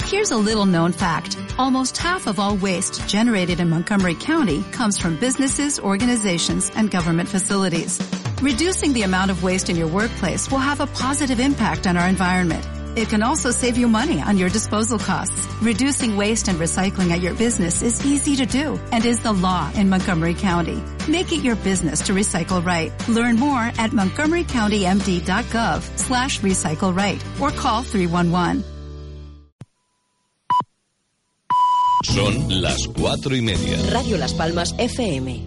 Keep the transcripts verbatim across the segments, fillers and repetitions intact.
Here's a little known fact. Almost half of all waste generated in Montgomery County comes from businesses, organizations, and government facilities. Reducing the amount of waste in your workplace will have a positive impact on our environment. It can also save you money on your disposal costs. Reducing waste and recycling at your business is easy to do and is the law in Montgomery County. Make it your business to recycle right. Learn more at montgomerycountymd.gov slash recycle right or call three one one. Son las cuatro y media. Radio Las Palmas F M.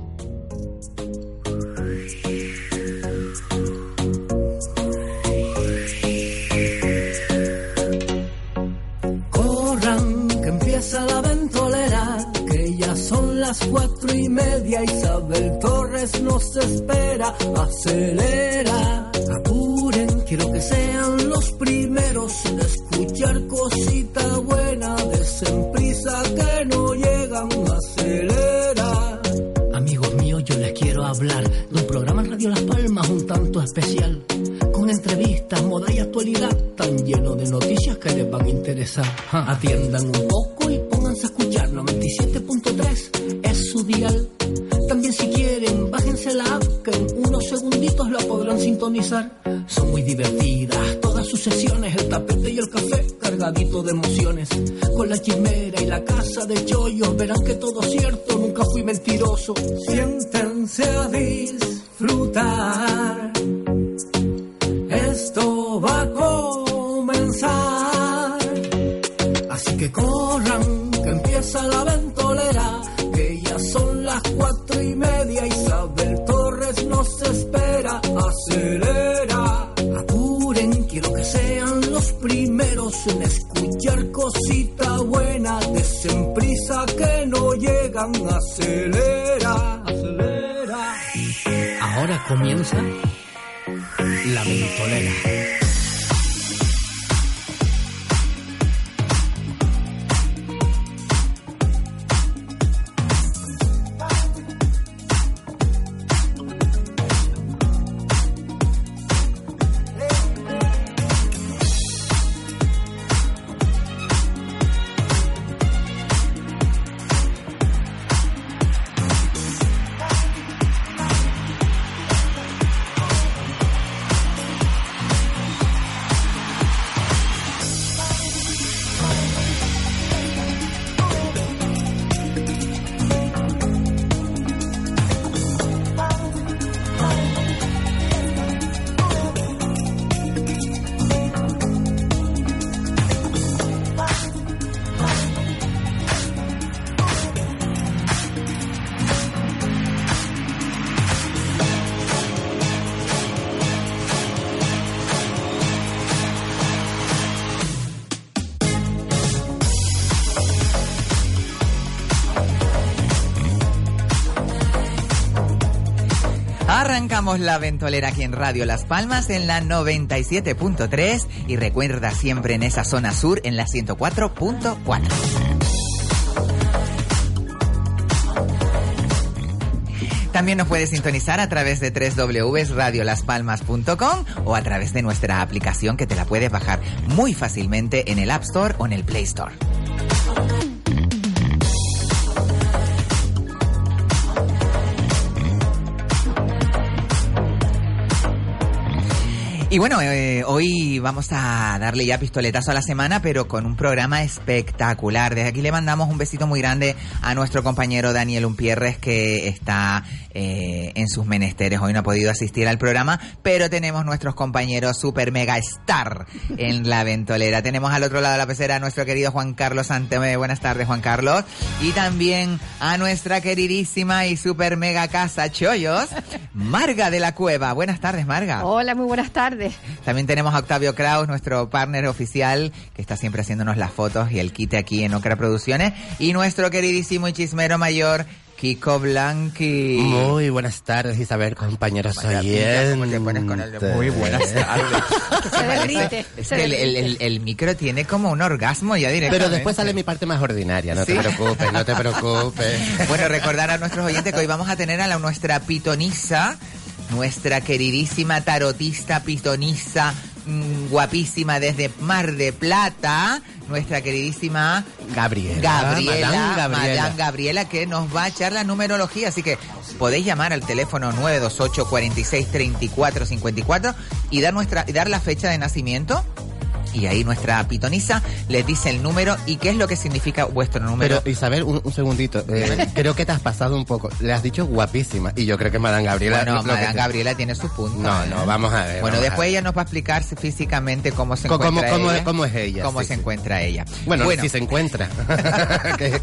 Corran, que empieza la ventolera, que ya son las cuatro y media. Isabel Torres nos espera, acelera. Apuren, quiero que sean los primeros en escuchar cosita buena. Desen prisa que no llegan, acelera. Amigos míos, yo les quiero hablar de un programa en Radio Las Palmas un tanto especial, con entrevistas, moda y actualidad, tan lleno de noticias que les van a interesar. Ja. Atiendan un poco y pónganse a escuchar. Noventa y siete punto tres es su dial. También si quieren, bájense la app, que en unos segunditos la podrán sintonizar. Son muy divertidas todas sus sesiones, el tapete y el café cargadito de emociones. Con la chimera y la casa de chollos, verán que todo es cierto, nunca fui mentiroso. Siéntense a disfrutar, esto va a comenzar. Así que corran, que empieza la ventolera, que ya son las cuatro y media. Isabel Torres nos espera, acelera. Apuren, quiero que sean los primeros en escuchar cosita buena. Desen prisa que no llegan, acelera, acelera. Ahora comienza la ventolera. Arrancamos la ventolera aquí en Radio Las Palmas en la noventa y siete punto tres y recuerda siempre en esa zona sur en la ciento cuatro punto cuatro. También nos puedes sintonizar a través de doble u doble u doble u punto radio las palmas punto com o a través de nuestra aplicación que te la puedes bajar muy fácilmente en el App Store o en el Play Store. Y bueno, eh, hoy vamos a darle ya pistoletazo a la semana, pero con un programa espectacular. Desde aquí le mandamos un besito muy grande a nuestro compañero Daniel Umpierres, que está eh, en sus menesteres. Hoy no ha podido asistir al programa, pero tenemos nuestros compañeros super mega star en la ventolera. Tenemos al otro lado de la pecera a nuestro querido Juan Carlos Santeme. Buenas tardes, Juan Carlos. Y también a nuestra queridísima y super mega casa Chollos, Marga de la Cueva. Buenas tardes, Marga. Hola, muy buenas tardes. También tenemos a Octavio Kraus, nuestro partner oficial, que está siempre haciéndonos las fotos y el quite aquí en Ocra Producciones. Y nuestro queridísimo y chismero mayor, Kiko Blanqui. Muy buenas tardes, Isabel, compañeros oyentes. Muy buenas tardes. Se derrite. Es que el, el, el, el micro tiene como un orgasmo ya directamente. Pero después sale mi parte más ordinaria, no ¿Sí? te preocupes, no te preocupes. Bueno, recordar a nuestros oyentes que hoy vamos a tener a la, nuestra pitonisa, nuestra queridísima tarotista, pitonisa, mmm, guapísima desde Mar de Plata, nuestra queridísima Gabriela. Gabriela, Madame Gabriela. Madame Gabriela, que nos va a echar la numerología. Así que podéis llamar al teléfono nueve dos ocho, cuatro seis, tres cuatro cinco cuatro y dar, nuestra, y dar la fecha de nacimiento. Y ahí nuestra pitonisa les dice el número y qué es lo que significa vuestro número. Pero Isabel, un, un segundito. Eh, creo que te has pasado un poco. Le has dicho guapísima. Y yo creo que Madame Gabriela... Bueno, lo Madame que te... Gabriela tiene su punto. No, ¿eh? no, vamos a ver. Bueno, vamos después a ver. ella nos va a explicar físicamente cómo se ¿Cómo, encuentra cómo, ella. ¿Cómo es ella? Cómo sí, se sí. encuentra ella. Bueno, bueno, si se encuentra. Que-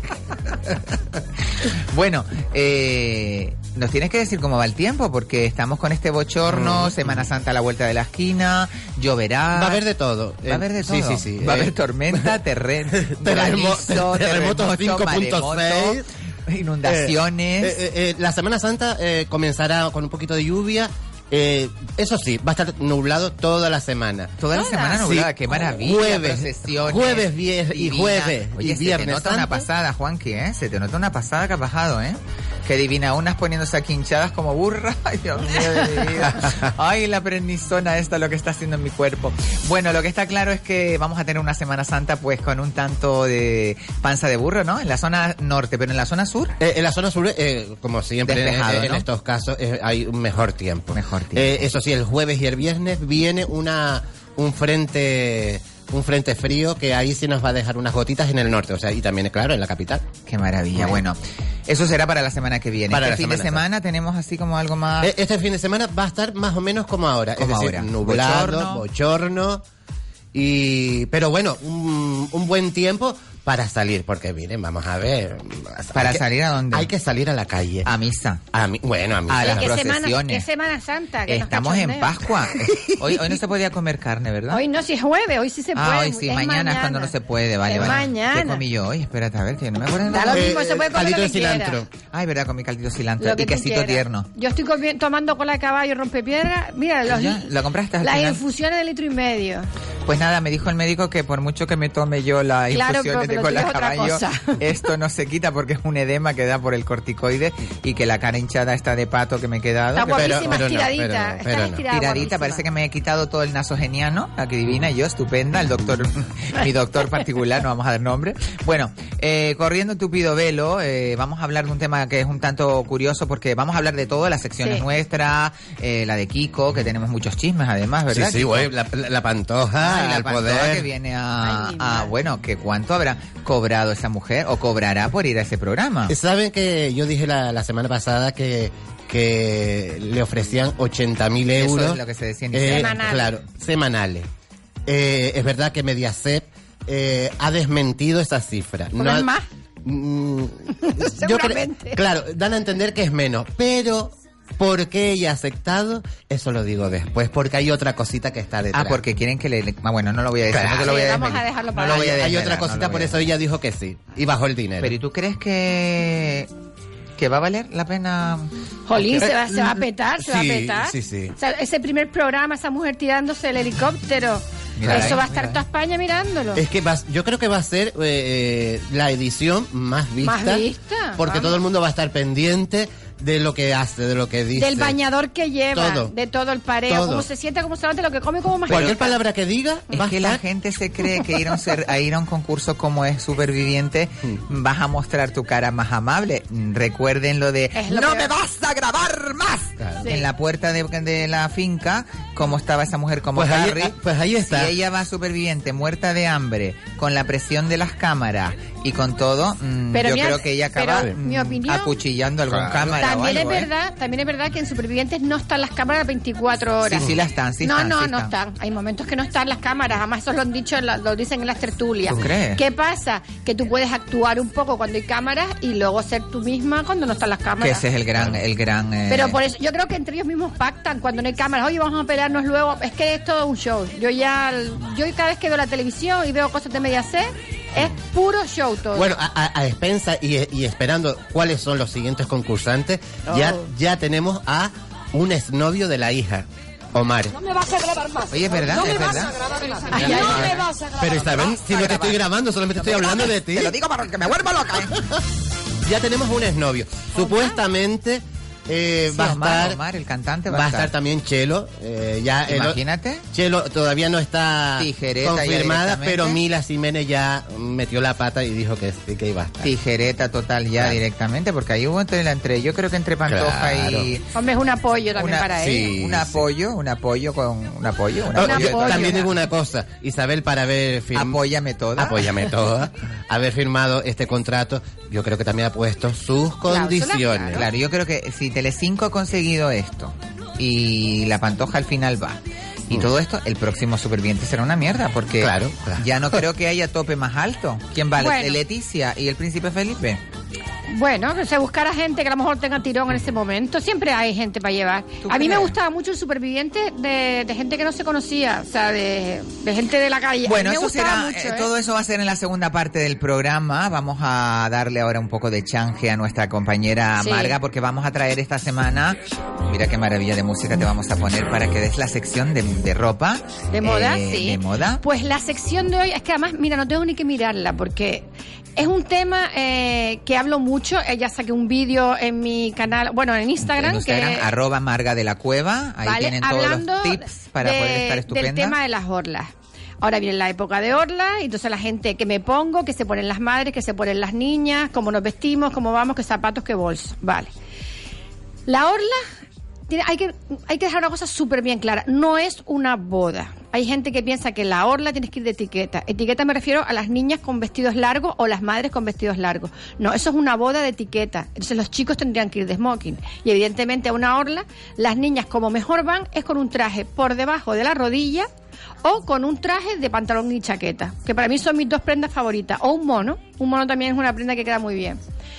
bueno eh, nos tienes que decir cómo va el tiempo, porque estamos con este bochorno, Mm. Semana Santa a la vuelta de la esquina, lloverá. Va a haber de todo. Va a haber de todo. Sí, sí, sí. Va a Eh, haber tormenta, terreno, Terremo- granizo, terremotos cinco punto seis. inundaciones. Eh, eh, eh, la Semana Santa eh, comenzará con un poquito de lluvia. Eh, eso sí, va a estar nublado toda la semana. Toda la semana nublada, Sí. qué maravilla. Jueves, procesiones, jueves, vier- y divina. jueves Oye, y se te viernes nota una santo. pasada, Juanqui, ¿eh? Se te nota una pasada que has bajado, ¿eh? Qué divina, unas poniéndose aquí hinchadas como burra. Ay, Dios mío de mi vida. Ay, la prednisona esta, lo que está haciendo en mi cuerpo. Bueno, lo que está claro es que vamos a tener una Semana Santa pues con un tanto de panza de burro, ¿no? En la zona norte, pero en la zona sur... Eh, en la zona sur, eh, como siempre Despejado, eh, en ¿no? estos casos, eh, hay un mejor tiempo. Mejor tiempo. Eh, eso sí, el jueves y el viernes viene una un frente un frente frío que ahí sí nos va a dejar unas gotitas en el norte, o sea, y también, claro, en la capital. Qué maravilla. Bueno. Bueno, eso será para la semana que viene. Para Este la fin de Semana semana tenemos así como algo más... Eh, Este fin de semana va a estar más o menos como ahora, Como es decir, ahora. nublado, Bochorno. bochorno, y pero bueno, un, un buen tiempo para salir, porque miren, vamos a ver. ¿Para hay que- salir a dónde? Hay que salir a la calle. A misa. A mí, bueno, a mí. A las ¿Qué semana, procesiones. ¿Qué Semana Santa? Que nos Estamos en cachondea. Pascua. Hoy, hoy no se podía comer carne, ¿verdad? Hoy no, si es jueves, hoy sí se puede. Ah, hoy sí, es mañana, es cuando no se puede, vale, Es vale. mañana. ¿Qué comí yo hoy? Espérate, a ver, que no me acuerdo. Da nada. lo mismo, se puede comer caldito lo de que quiera. cilantro. Ay, verdad, comí caldito de cilantro Lo que y tú quesito quieras. tierno. Yo estoy comi- tomando cola de caballo, rompepiedra. Mira, los, ¿Ya? ¿Lo compraste al las final? infusiones de litro y medio. Pues nada, me dijo el médico que por mucho que me tome yo la Claro, infusión pero de lo cola tuyo es otra caballo, cosa. esto no se quita porque es un edema que da por el corticoide y que la cara hinchada está de pato que me he quedado. Está que- Pero- guapísima, pero no, estiradita. pero no, Está pero no. estirada, Tiradita, guapísima. parece que me he quitado todo el nasogeniano, la que divina, yo estupenda, el doctor, mi doctor particular, no vamos a dar nombre. Bueno, eh, corriendo tupido velo, eh, vamos a hablar de un tema que es un tanto curioso porque vamos a hablar de todo, las secciones Sí. nuestras, eh, la de Kiko, que tenemos muchos chismes además, Sí, ¿verdad? sí, Kiko? güey, la, la, la pantoja, Ay, la al pantoja poder. que viene a, Ay, mi a- madre. bueno, que cuánto habrá cobrado esa mujer o cobrará por ir a ese programa. ¿Saben que yo dije la, la semana pasada que, que le ofrecían ochenta mil Eso euros? es lo que se decía en eh, Instagram. Semanales. Claro, semanales. Eh, es verdad que Mediaset eh, ha desmentido esa cifra. ¿Porque ha- es más? Mm, yo creo- Seguramente. claro, dan a entender que es menos, pero ¿por qué ella ha aceptado? Eso lo digo después, porque hay otra cosita que está detrás. Ah, porque quieren que le... Ah, bueno, no lo voy a decir. Claro. No te lo voy a Sí, vamos desvelar. a dejarlo No para lo ahí. voy a hay desvelar, otra no cosita, lo voy por a eso ella dijo que sí, y bajó el dinero. Pero ¿y tú crees que que va a valer la pena? Jolín, Eh, se va, se va a petar, se va a sí, petar. sí, sí. O sea, ese primer programa, esa mujer tirándose el helicóptero, Mira, eso eh, va a estar mira, toda España mirándolo. Es que va, yo creo que va a ser eh, eh, la edición más vista. Más vista, Porque vamos. todo el mundo va a estar pendiente de lo que hace, de lo que dice. Del bañador que lleva, Todo. de todo el pareo, Todo. cómo se sienta, cómo se levanta, lo que come, cómo más. Cualquier palabra que diga, Es va a que la estar... gente se cree que ir a un, ser- a ir a un concurso como es Superviviente vas a mostrar tu cara más amable. Mm, Recuerden lo de Es lo ¡no peor. me vas a grabar más! Claro. Sí. En la puerta de, de la finca, cómo estaba esa mujer como Pues ahí- Harry. pues ahí está. Si ella va a Superviviente, muerta de hambre, con la presión de las cámaras y con todo, mm, Pero yo mira, creo que ella acaba pero mm, mi opinión- acuchillando a algún Claro. cámara o También es algo, ¿eh? verdad, también es verdad que en Supervivientes no están las cámaras veinticuatro horas. Sí, sí las están, sí no, están, no, sí no están. están. Hay momentos que no están las cámaras, además eso lo han dicho, en la- lo dicen en las tertulias. ¿Tú crees? ¿Qué pasa? Que tú puedes actuar un poco cuando hay cámaras y luego ser tú misma cuando no están las Que cámaras. ese es el gran, el gran. eh, Pero por eso, yo creo que entre ellos mismos pactan cuando no hay cámaras. Oye, vamos a pelearnos luego. Es que es todo un show. Yo ya, yo cada vez que veo la televisión y veo cosas de Mediaset, es puro show todo. Bueno, a, a, a expensa y, y esperando cuáles son los siguientes concursantes, ya, Oh. ya tenemos a un exnovio de la hija, Omar. Oye, es verdad, es verdad. Ay, ay, ay. Pero Isabel, si no te estoy grabando, solamente estoy hablando de ti. Te lo digo para que me vuelva loca, ¿eh? Ya tenemos un exnovio. Supuestamente Eh, Sí, va a Omar, estar, Omar, el cantante va a estar también Chelo. Eh, ya el- Imagínate. Chelo todavía no está Tijereta ya confirmada, directamente. pero Mila Jiménez ya metió la pata y dijo que sí, que iba a estar. Tijereta total ya Claro. directamente, porque ahí hubo entre, entre yo creo que entre Pantoja Claro. y... Hombre, es un apoyo también Una- para sí. ella. un apoyo, un apoyo con... Un apoyo, un Oh, apoyo. yo apoyo. también digo una cosa, Isabel, para haber firmado... Apóyame toda. Apóyame toda. Haber firmado este contrato, yo creo que también ha puesto sus condiciones. Claro, yo creo que si Telecinco ha conseguido esto y la Pantoja al final va y Mm. todo esto, el próximo Superviviente será una mierda porque Claro, claro. ya no creo que haya tope más alto. ¿Quién va? Bueno. Leticia y el Príncipe Felipe. Bueno, que se buscara gente que a lo mejor tenga tirón en ese momento. Siempre hay gente para llevar. ¿Tú A mí me crees? gustaba mucho el Superviviente de, de gente que no se conocía, o sea, de, de gente de la calle. Bueno, A mí me eso gustaba será, mucho, eh, ¿eh? todo eso va a ser en la segunda parte del programa. Vamos a darle ahora un poco de chanje a nuestra compañera Sí. Marga porque vamos a traer esta semana, mira qué maravilla de música te vamos a poner para que des la sección de, de ropa. De moda, eh, sí. De moda. Pues la sección de hoy, es que además, mira, no tengo ni que mirarla porque es un tema eh, que hablo mucho. Eh, ya saqué un vídeo en mi canal, bueno, en Instagram. En Instagram, que, arroba Marga de la Cueva. Ahí ¿vale? tienen todos Hablando los tips para de- poder estar estupenda. del tema de las orlas. Ahora viene la época de orla, y entonces la gente que me pongo, que se ponen las madres, que se ponen las niñas, cómo nos vestimos, cómo vamos, qué zapatos, qué bolsos. Vale. La orla, tiene, hay, que, hay que dejar una cosa súper bien clara. No es una boda. Hay gente que piensa que la orla tienes que ir de etiqueta. Etiqueta me refiero a las niñas con vestidos largos o las madres con vestidos largos. No, eso es una boda de etiqueta. Entonces los chicos tendrían que ir de smoking. Y evidentemente a una orla, las niñas como mejor van es con un traje por debajo de la rodilla o con un traje de pantalón y chaqueta, que para mí son mis dos prendas favoritas. O un mono. Un mono también es una prenda que queda muy bien.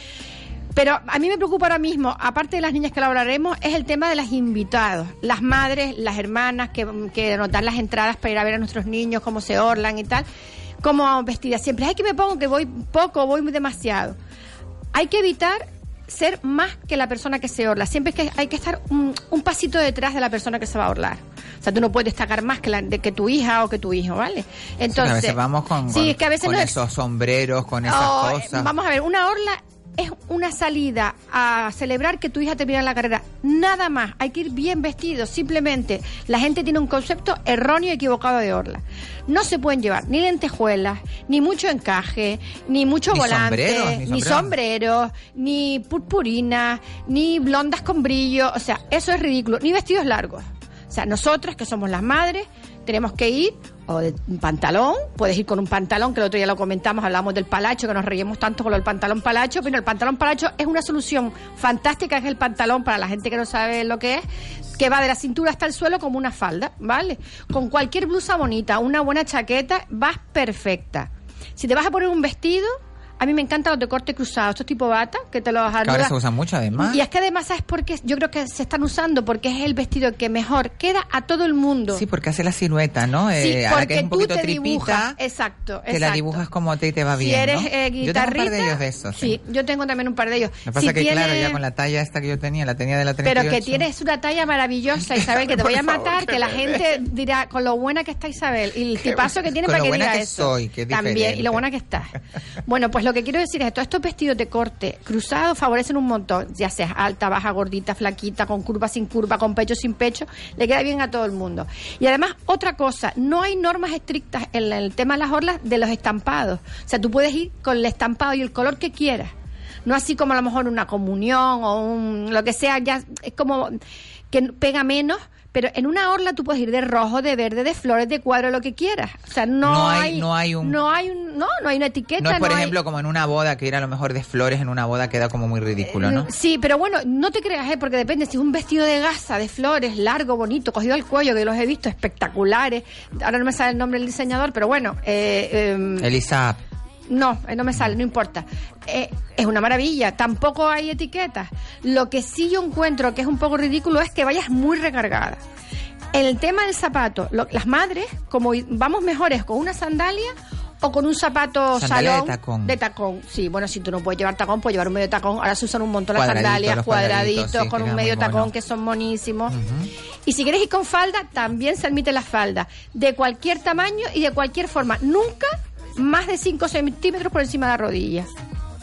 Pero a mí me preocupa ahora mismo, aparte de las niñas que lo hablaremos, es el tema de las invitados. Las madres, las hermanas que, que nos dan las entradas para ir a ver a nuestros niños, cómo se orlan y tal. Cómo vamos vestidas siempre. Ay, que me pongo, que voy poco, voy demasiado. Hay que evitar ser más que la persona que se orla. Siempre es que hay que estar un, un pasito detrás de la persona que se va a orlar. O sea, tú no puedes destacar más que, la, de, que tu hija o que tu hijo, ¿vale? Sí, Entonces, a veces vamos con, sí, con, es que a veces con no es- esos sombreros, con esas Oh, cosas. Vamos a ver, una orla es una salida a celebrar que tu hija termina la carrera. Nada más, hay que ir bien vestido. Simplemente la gente tiene un concepto erróneo y equivocado de orla. No se pueden llevar ni lentejuelas, ni mucho encaje, ni mucho Ni volante, sombreros, ni ni sombreros. sombreros, ni purpurina, ni blondas con brillo. O sea, eso es ridículo. Ni vestidos largos. O sea, nosotras, que somos las madres, tenemos que ir o de un pantalón, puedes ir con un pantalón, que el otro día lo comentamos, hablamos del palacho, que nos reímos tanto con lo del pantalón palacho, pero el pantalón palacho es una solución fantástica, es el pantalón para la gente que no sabe lo que es, que va de la cintura hasta el suelo como una falda, ¿vale? Con cualquier blusa bonita, una buena chaqueta, vas perfecta. Si te vas a poner un vestido, a mí me encantan los de corte cruzado, estos tipo bata, que te los Que ahora anudas. se usan mucho, además. Y es que además, ¿sabes por qué? Yo creo que se están usando porque es el vestido que mejor queda a todo el mundo. Sí, porque hace la silueta, ¿no? Sí, Eh, ahora porque que es un tú poquito te tripita, dibujas, exacto, te la exacto. dibujas como a ti te va Si bien, eres ¿no? eh, Yo tengo un par de guitarrista, ellos de esos. sí, yo tengo también un par de ellos. Lo que pasa Si que, claro, tiene- ya con la talla esta que yo tenía, la tenía de la treinta y Pero ocho. que tienes una talla maravillosa, Isabel, que te voy a matar, que la gente dirá, con lo buena que está Isabel, y el tipazo que tiene con para lo que buena diga que eso. soy, que es También, diferente. y lo buena que está. Bueno, pues lo que quiero decir es esto, estos vestidos de corte cruzado favorecen un montón, ya seas alta, baja, gordita, flaquita, con curva, sin curva, con pecho, sin pecho, le queda bien a todo el mundo. Y además, otra cosa, no hay normas estrictas en el tema de las orlas de los estampados. O sea, tú puedes ir con el estampado y el color que quieras. No así como a lo mejor una comunión o un, lo que sea, ya es como que pega menos, pero en una orla tú puedes ir de rojo, de verde, de flores, de cuadro, lo que quieras. O sea, no, No hay- hay, no hay un- no hay un, no, no hay una etiqueta. No es, por hay- ejemplo, como en una boda, que ir a lo mejor de flores en una boda queda como muy ridículo, ¿no? Sí, pero bueno, no te creas, ¿eh? Porque depende, si es un vestido de gasa, de flores, largo, bonito, cogido al cuello, que los he visto espectaculares. Ahora no me sale el nombre del diseñador, pero bueno, eh, eh, Elisa, no, eh, no me sale, no importa. Eh, es una maravilla, tampoco hay etiquetas. Lo que sí yo encuentro que es un poco ridículo es que vayas muy recargada. En el tema del zapato, lo- las madres, como i- vamos mejores con una sandalia o con un zapato Sandalia de salón tacón. de tacón. Sí, bueno, si tú no puedes llevar tacón, puedes llevar un medio tacón. Ahora se usan un montón las Cuadraditos, sandalias, los cuadraditos, cuadraditos, sí, con queda un muy medio bueno. tacón que son monísimos. Y si quieres ir con falda, también se admite la falda. De cualquier tamaño y de cualquier forma. Nunca más de cinco centímetros por encima de la rodilla.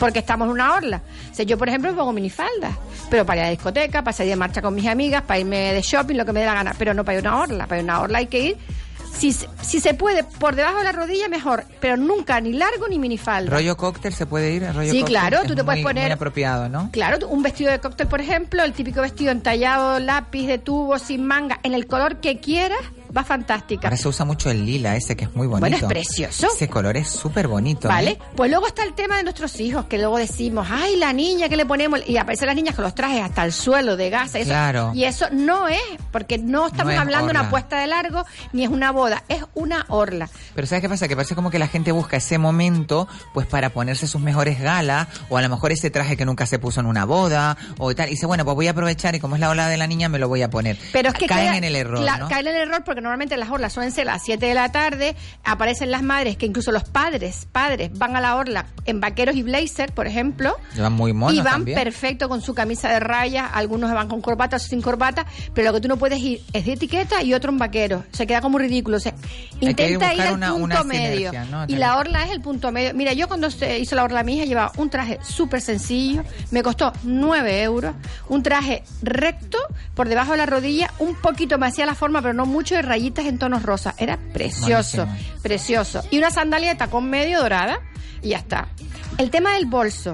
porque estamos en una orla. O sea, yo, por ejemplo, me pongo minifaldas, pero para ir a la discoteca, para salir de marcha con mis amigas, para irme de shopping, lo que me dé la gana, pero no para ir a una orla. Para ir a una orla hay que ir, si, si se puede, por debajo de la rodilla, mejor, pero nunca ni largo ni minifalda. ¿Rollo cóctel se puede ir? ¿Rollo sí, cóctel? claro, Es tú te puedes muy, poner... muy apropiado, ¿no? Claro, un vestido de cóctel, por ejemplo, el típico vestido entallado, lápiz de tubo, sin manga, en el color que quieras, va fantástica. Ahora se usa mucho el lila ese, que es muy bonito. Bueno, es precioso. Ese color es súper bonito. Vale, ¿eh? pues luego está el tema de nuestros hijos, que luego decimos, ay, la niña que le ponemos, y aparecen las niñas con los trajes hasta el suelo de gasa. Y eso, claro. Y eso no es, porque no estamos No es hablando de orla. una puesta de largo, ni es una boda, es una orla. Pero ¿sabes qué pasa? Que parece como que la gente busca ese momento pues para ponerse sus mejores galas, o a lo mejor ese traje que nunca se puso en una boda, o tal. Y dice, bueno, pues voy a aprovechar y como es la ola de la niña me lo voy a poner. Pero es que caen queda- en el error, cla- ¿no? Caen en el error porque normalmente las orlas suelen ser a las siete de la tarde, aparecen las madres, que incluso los padres, padres van a la orla en vaqueros y blazer, por ejemplo. Llevan muy monos Y van también. perfecto con su camisa de rayas, algunos van con corbata o sin corbata, pero lo que tú no puedes ir es de etiqueta y otro en vaquero. Se queda como ridículo. O sea, que intenta ir buscar al una- punto una medio. sinergia, ¿no? Y la orla es el punto medio. Mira, yo cuando se hizo la orla a mi hija llevaba un traje súper sencillo, me costó nueve euros, un traje recto, por debajo de la rodilla, un poquito me hacía la forma, pero no mucho, de rayitas en tonos rosa. Era precioso, Buenísimo. precioso. Y una sandalia de tacón medio dorada y ya está. El tema del bolso.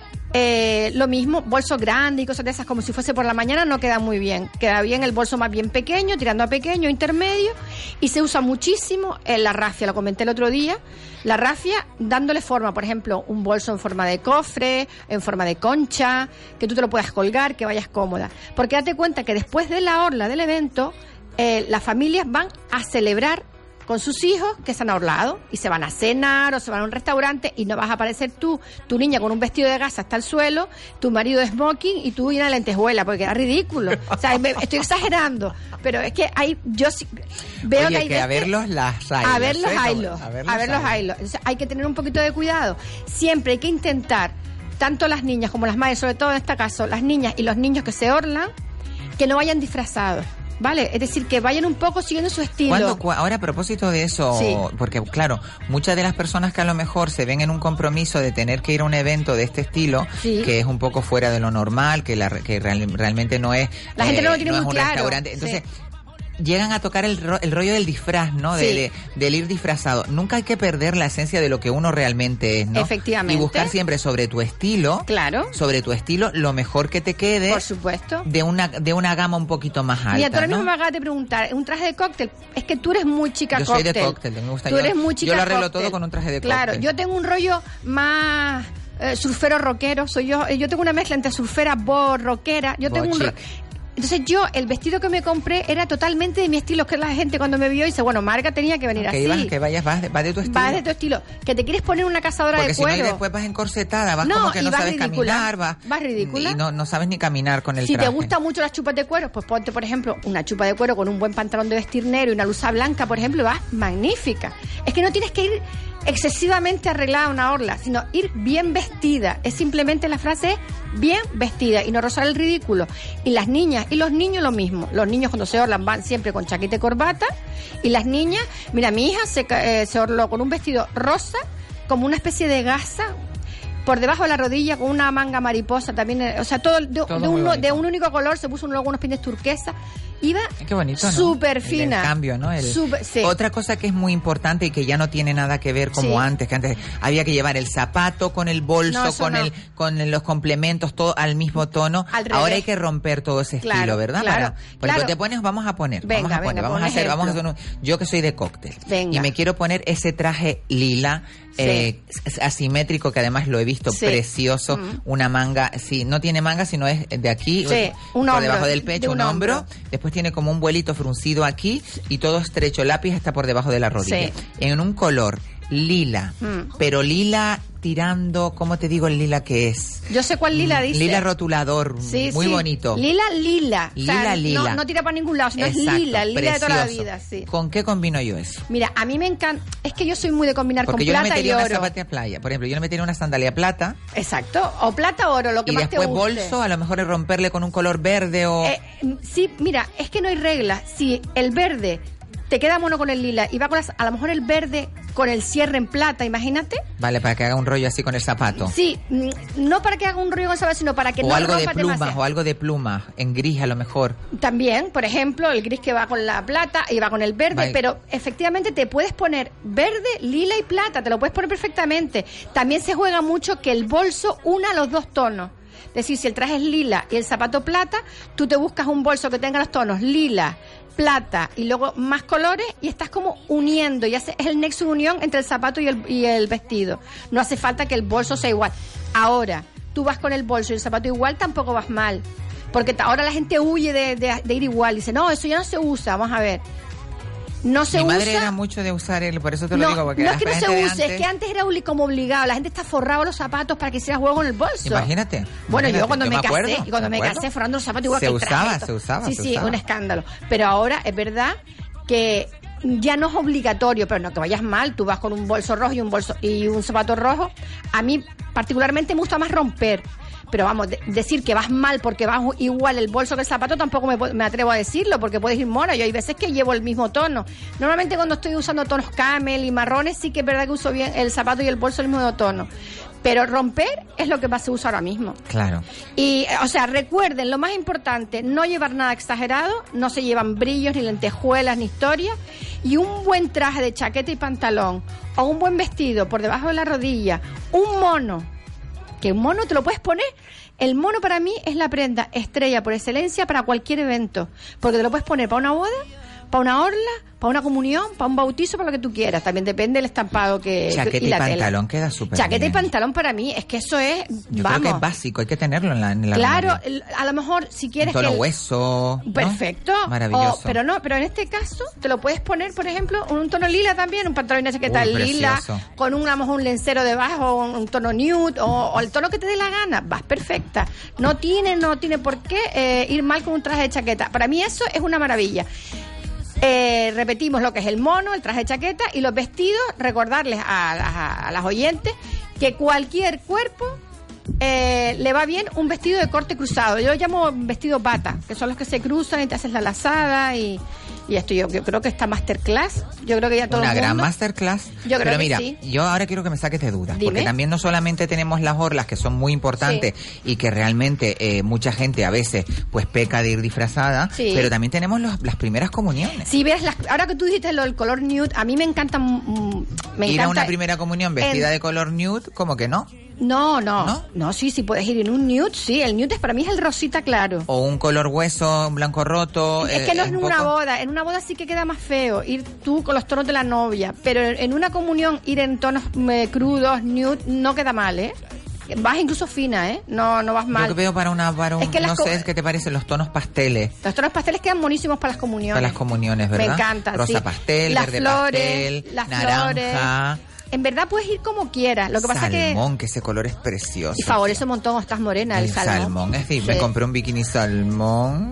Eh, lo mismo, bolso grande y cosas de esas como si fuese por la mañana no queda muy bien. Queda bien el bolso más bien pequeño, tirando a pequeño, intermedio, y se usa muchísimo en la rafia, lo comenté el otro día, la rafia dándole forma, por ejemplo, un bolso en forma de cofre, en forma de concha, que tú te lo puedas colgar, que vayas cómoda. Porque date cuenta que después de la orla del evento, eh, las familias van a celebrar con sus hijos que se han ahorlado y se van a cenar o se van a un restaurante y no vas a aparecer tú, tu niña con un vestido de gasa hasta el suelo, tu marido de smoking y tú llena de lentejuela, porque queda ridículo. O sea, me, estoy exagerando, pero es que hay, yo sí, veo Oye, que hay que a veces- verlos las a ver los ¿eh? hilos, A ver a ver los hilos. Entonces, hay que tener un poquito de cuidado. Siempre hay que intentar, tanto las niñas como las madres, sobre todo en este caso, las niñas y los niños que se orlan, que no vayan disfrazados. ¿Vale? Es decir, que vayan un poco siguiendo su estilo. ¿Cuándo, cu- ahora, a propósito de eso, Sí. porque claro, muchas de las personas que a lo mejor se ven en un compromiso de tener que ir a un evento de este estilo, Sí. que es un poco fuera de lo normal, que, la, que real- realmente no es, La gente no lo tiene es muy un claro. restaurante, entonces... Sí. Llegan a tocar el, ro- el rollo del disfraz, ¿no? De, Sí. de- del ir disfrazado. Nunca hay que perder la esencia de lo que uno realmente es, ¿no? Efectivamente. Y buscar siempre sobre tu estilo, Claro. sobre tu estilo, lo mejor que te quede Por supuesto. de una de una gama un poquito más alta, Mira, tú ahora ¿no? mismo me acabas de preguntar, un traje de cóctel, es que tú eres muy chica Yo soy cóctel. de cóctel, me gusta. Tú Yo- eres muy chica yo lo arreglo cóctel. todo con un traje de Claro, cóctel. yo tengo un rollo más eh, surfero rockero, soy yo, yo tengo una mezcla entre surfera, bo, rockera, yo Bo tengo un ro- chic. Entonces yo, el vestido que me compré era totalmente de mi estilo, que la gente cuando me vio dice, bueno, Marga tenía que venir que así. ibas, que vayas, vas de, vas de tu estilo. Vas de tu estilo. Que te quieres poner una cazadora Porque de si no, y cuero. después vas encorsetada, vas No, como que y no vas sabes ridícula. caminar, vas... Vas ridícula. Y no, no sabes ni caminar con el Si traje. te gustan mucho las chupas de cuero, pues ponte, por ejemplo, una chupa de cuero con un buen pantalón de vestir negro y una blusa blanca, por ejemplo, y vas magnífica. Es que no tienes que ir excesivamente arreglada a una orla, sino ir bien vestida. Es simplemente la frase es bien vestida y no rozar el ridículo. Y las niñas y los niños lo mismo. Los niños cuando se orlan van siempre con chaqueta y corbata y las niñas, mira, mi hija se, ca- eh, se orló con un vestido rosa como una especie de gasa por debajo de la rodilla con una manga mariposa también, eh, o sea, todo, de, Todo de muy un, bonito. de un único color, se puso luego unos pines turquesa, iba Qué bonito, ¿no? súper El- fina. El cambio, ¿no? El- Súper- sí. Otra cosa que es muy importante y que ya no tiene nada que ver como Sí. antes, que antes había que llevar el zapato con el bolso, No, eso con no. el con los complementos, todo al mismo tono. Al Ahora revés. hay que romper todo ese Claro, estilo, ¿verdad? claro, Para, por claro. ejemplo, te pones, vamos a poner, Venga, vamos a poner, venga, vamos pon a hacer, vamos a hacer ejemplo. un, yo que soy de cóctel Venga. y me quiero poner ese traje lila. Sí. Eh, s- asimétrico, que además lo he visto Sí. precioso, Mm. una manga, sí, no tiene manga, sino es de aquí, Sí, un por hombro, debajo del de pecho, un un hombro, hombro. después tiene como un vuelito fruncido aquí y todo estrecho, lápiz está por debajo de la rodilla. Sí. En un color lila, Mm. pero lila tirando, ¿cómo te digo el lila que es? Yo sé cuál lila dice. Lila rotulador, Sí, muy sí. bonito. Lila, lila. O sea, Lila, lila. No, no tira para ningún lado, sino Exacto, es lila, lila de toda la precioso. vida, sí. ¿Con qué combino yo eso? Mira, a mí me encanta, es que yo soy muy de combinar Porque con yo le plata y metería una oro. zapatilla playa, por ejemplo, yo le metería una sandalia plata Exacto, o plata o oro, lo que y más después te guste. bolso, a lo mejor es romperle con un color verde o... Eh, sí, mira, es que no hay regla. Si el verde te queda mono con el lila y va con las, a lo mejor el verde con el cierre en plata, imagínate. Vale, para que haga un rollo así con el zapato. Sí, no para que haga un rollo con el zapato, sino para que o no algo de rompa plumas, demasiado. o algo de plumas, en gris a lo mejor. También, por ejemplo, el gris que va con la plata y va con el verde, Vale. pero efectivamente te puedes poner verde, lila y plata, te lo puedes poner perfectamente. También se juega mucho que el bolso una los dos tonos. Es decir, si el traje es lila y el zapato plata, tú te buscas un bolso que tenga los tonos lila, plata y luego más colores y estás como uniendo, y hace, es el nexo de unión entre el zapato y el, y el vestido. No hace falta que el bolso sea igual. Ahora, tú vas con el bolso y el zapato igual, tampoco vas mal. Porque ahora la gente huye de, de, de ir igual. Dice, no, eso ya no se usa. Vamos a ver. No se Mi usa. madre era mucho de usar el, por eso te lo no, digo. Porque no la es que no gente se de use, antes, es que antes era como obligado. La gente está forrado los zapatos para que hiciera juego en el bolso. Imagínate. Bueno, imagínate, yo cuando me, acuerdo, casé, y cuando me, me acuerdo. casé forrando los zapatos igual se que el usaba, traje, esto. se usaba, Sí, se sí, usaba. un escándalo. Pero ahora es verdad que ya no es obligatorio, pero no que vayas mal, tú vas con un bolso rojo y un bolso y un zapato rojo. A mí particularmente me gusta más romper. Pero vamos, de, decir que vas mal porque vas igual el bolso que el zapato tampoco me, me atrevo a decirlo, porque puedes ir mona. Yo hay veces que llevo el mismo tono. Normalmente cuando estoy usando tonos camel y marrones, sí que es verdad que uso bien el zapato y el bolso el mismo tono. Pero romper es lo que más se usa ahora mismo. Claro. Y, o sea, recuerden, lo más importante, no llevar nada exagerado, no se llevan brillos, ni lentejuelas, ni historias, y un buen traje de chaqueta y pantalón, o un buen vestido por debajo de la rodilla, un mono, que un mono te lo puedes poner. El mono para mí es la prenda estrella por excelencia para cualquier evento, porque te lo puedes poner para una boda, para una orla, para una comunión, para un bautizo, para lo que tú quieras. También depende del estampado que Chaqueta y y la pantalón tela. queda súper Chaqueta bien. y pantalón para mí es que eso es, Yo vamos. creo que es básico, hay que tenerlo en la, en la Claro, armario. el- a lo mejor si quieres Un tono que el- hueso, ¿no? Perfecto. Maravilloso. O- pero no, pero en este caso te lo puedes poner, por ejemplo, un tono lila también, un pantalón y una chaqueta Uy, lila, precioso. con un, a lo mejor un lencero debajo, un, un tono nude, o, o el tono que te dé la gana, vas perfecta. No tiene, no tiene por qué eh, ir mal con un traje de chaqueta. Para mí eso es una maravilla. Eh, repetimos lo que es el mono, el traje de chaqueta y los vestidos, recordarles a, a- a las oyentes que cualquier cuerpo eh, le va bien un vestido de corte cruzado. Yo lo llamo vestido pata, que son los que se cruzan y te haces la lazada y, y esto. Yo, yo creo que esta masterclass, yo creo que ya todo Una el mundo... gran masterclass. Yo creo Pero que mira, sí. yo ahora quiero que me saques de dudas, Dime. porque también no solamente tenemos las orlas, que son muy importantes y que realmente eh, mucha gente a veces pues peca de ir disfrazada, Sí. pero también tenemos los- las primeras comuniones. Si ves, las, ahora que tú dijiste lo del color nude, a mí me encanta... mm, me ir encanta a una primera comunión vestida en- de color nude, como que no. No, no, ¿No? no, sí, sí puedes ir en un nude, sí, el nude es, para mí es el rosita claro. O un color hueso, un blanco roto. Es eh, que no es un en una poco- boda, en una boda sí que queda más feo ir tú con los tonos de la novia, pero en una comunión ir en tonos eh, crudos, nude, no queda mal, ¿eh? Vas incluso fina, ¿eh? No, no vas Yo mal. que veo para una, para un, Es que las no co- sé, ¿qué te parecen los tonos pasteles? Los tonos pasteles quedan buenísimos para las comuniones. Para las comuniones, ¿verdad? Me encantan, Rosa sí. pastel, las verde flores, pastel, las naranja. flores. En verdad puedes ir como quieras. Lo que pasa que Salmón, que ese color es precioso. y favorece un montón cuando estás morena el, El salmón, es decir, Sí. me compré un bikini salmón.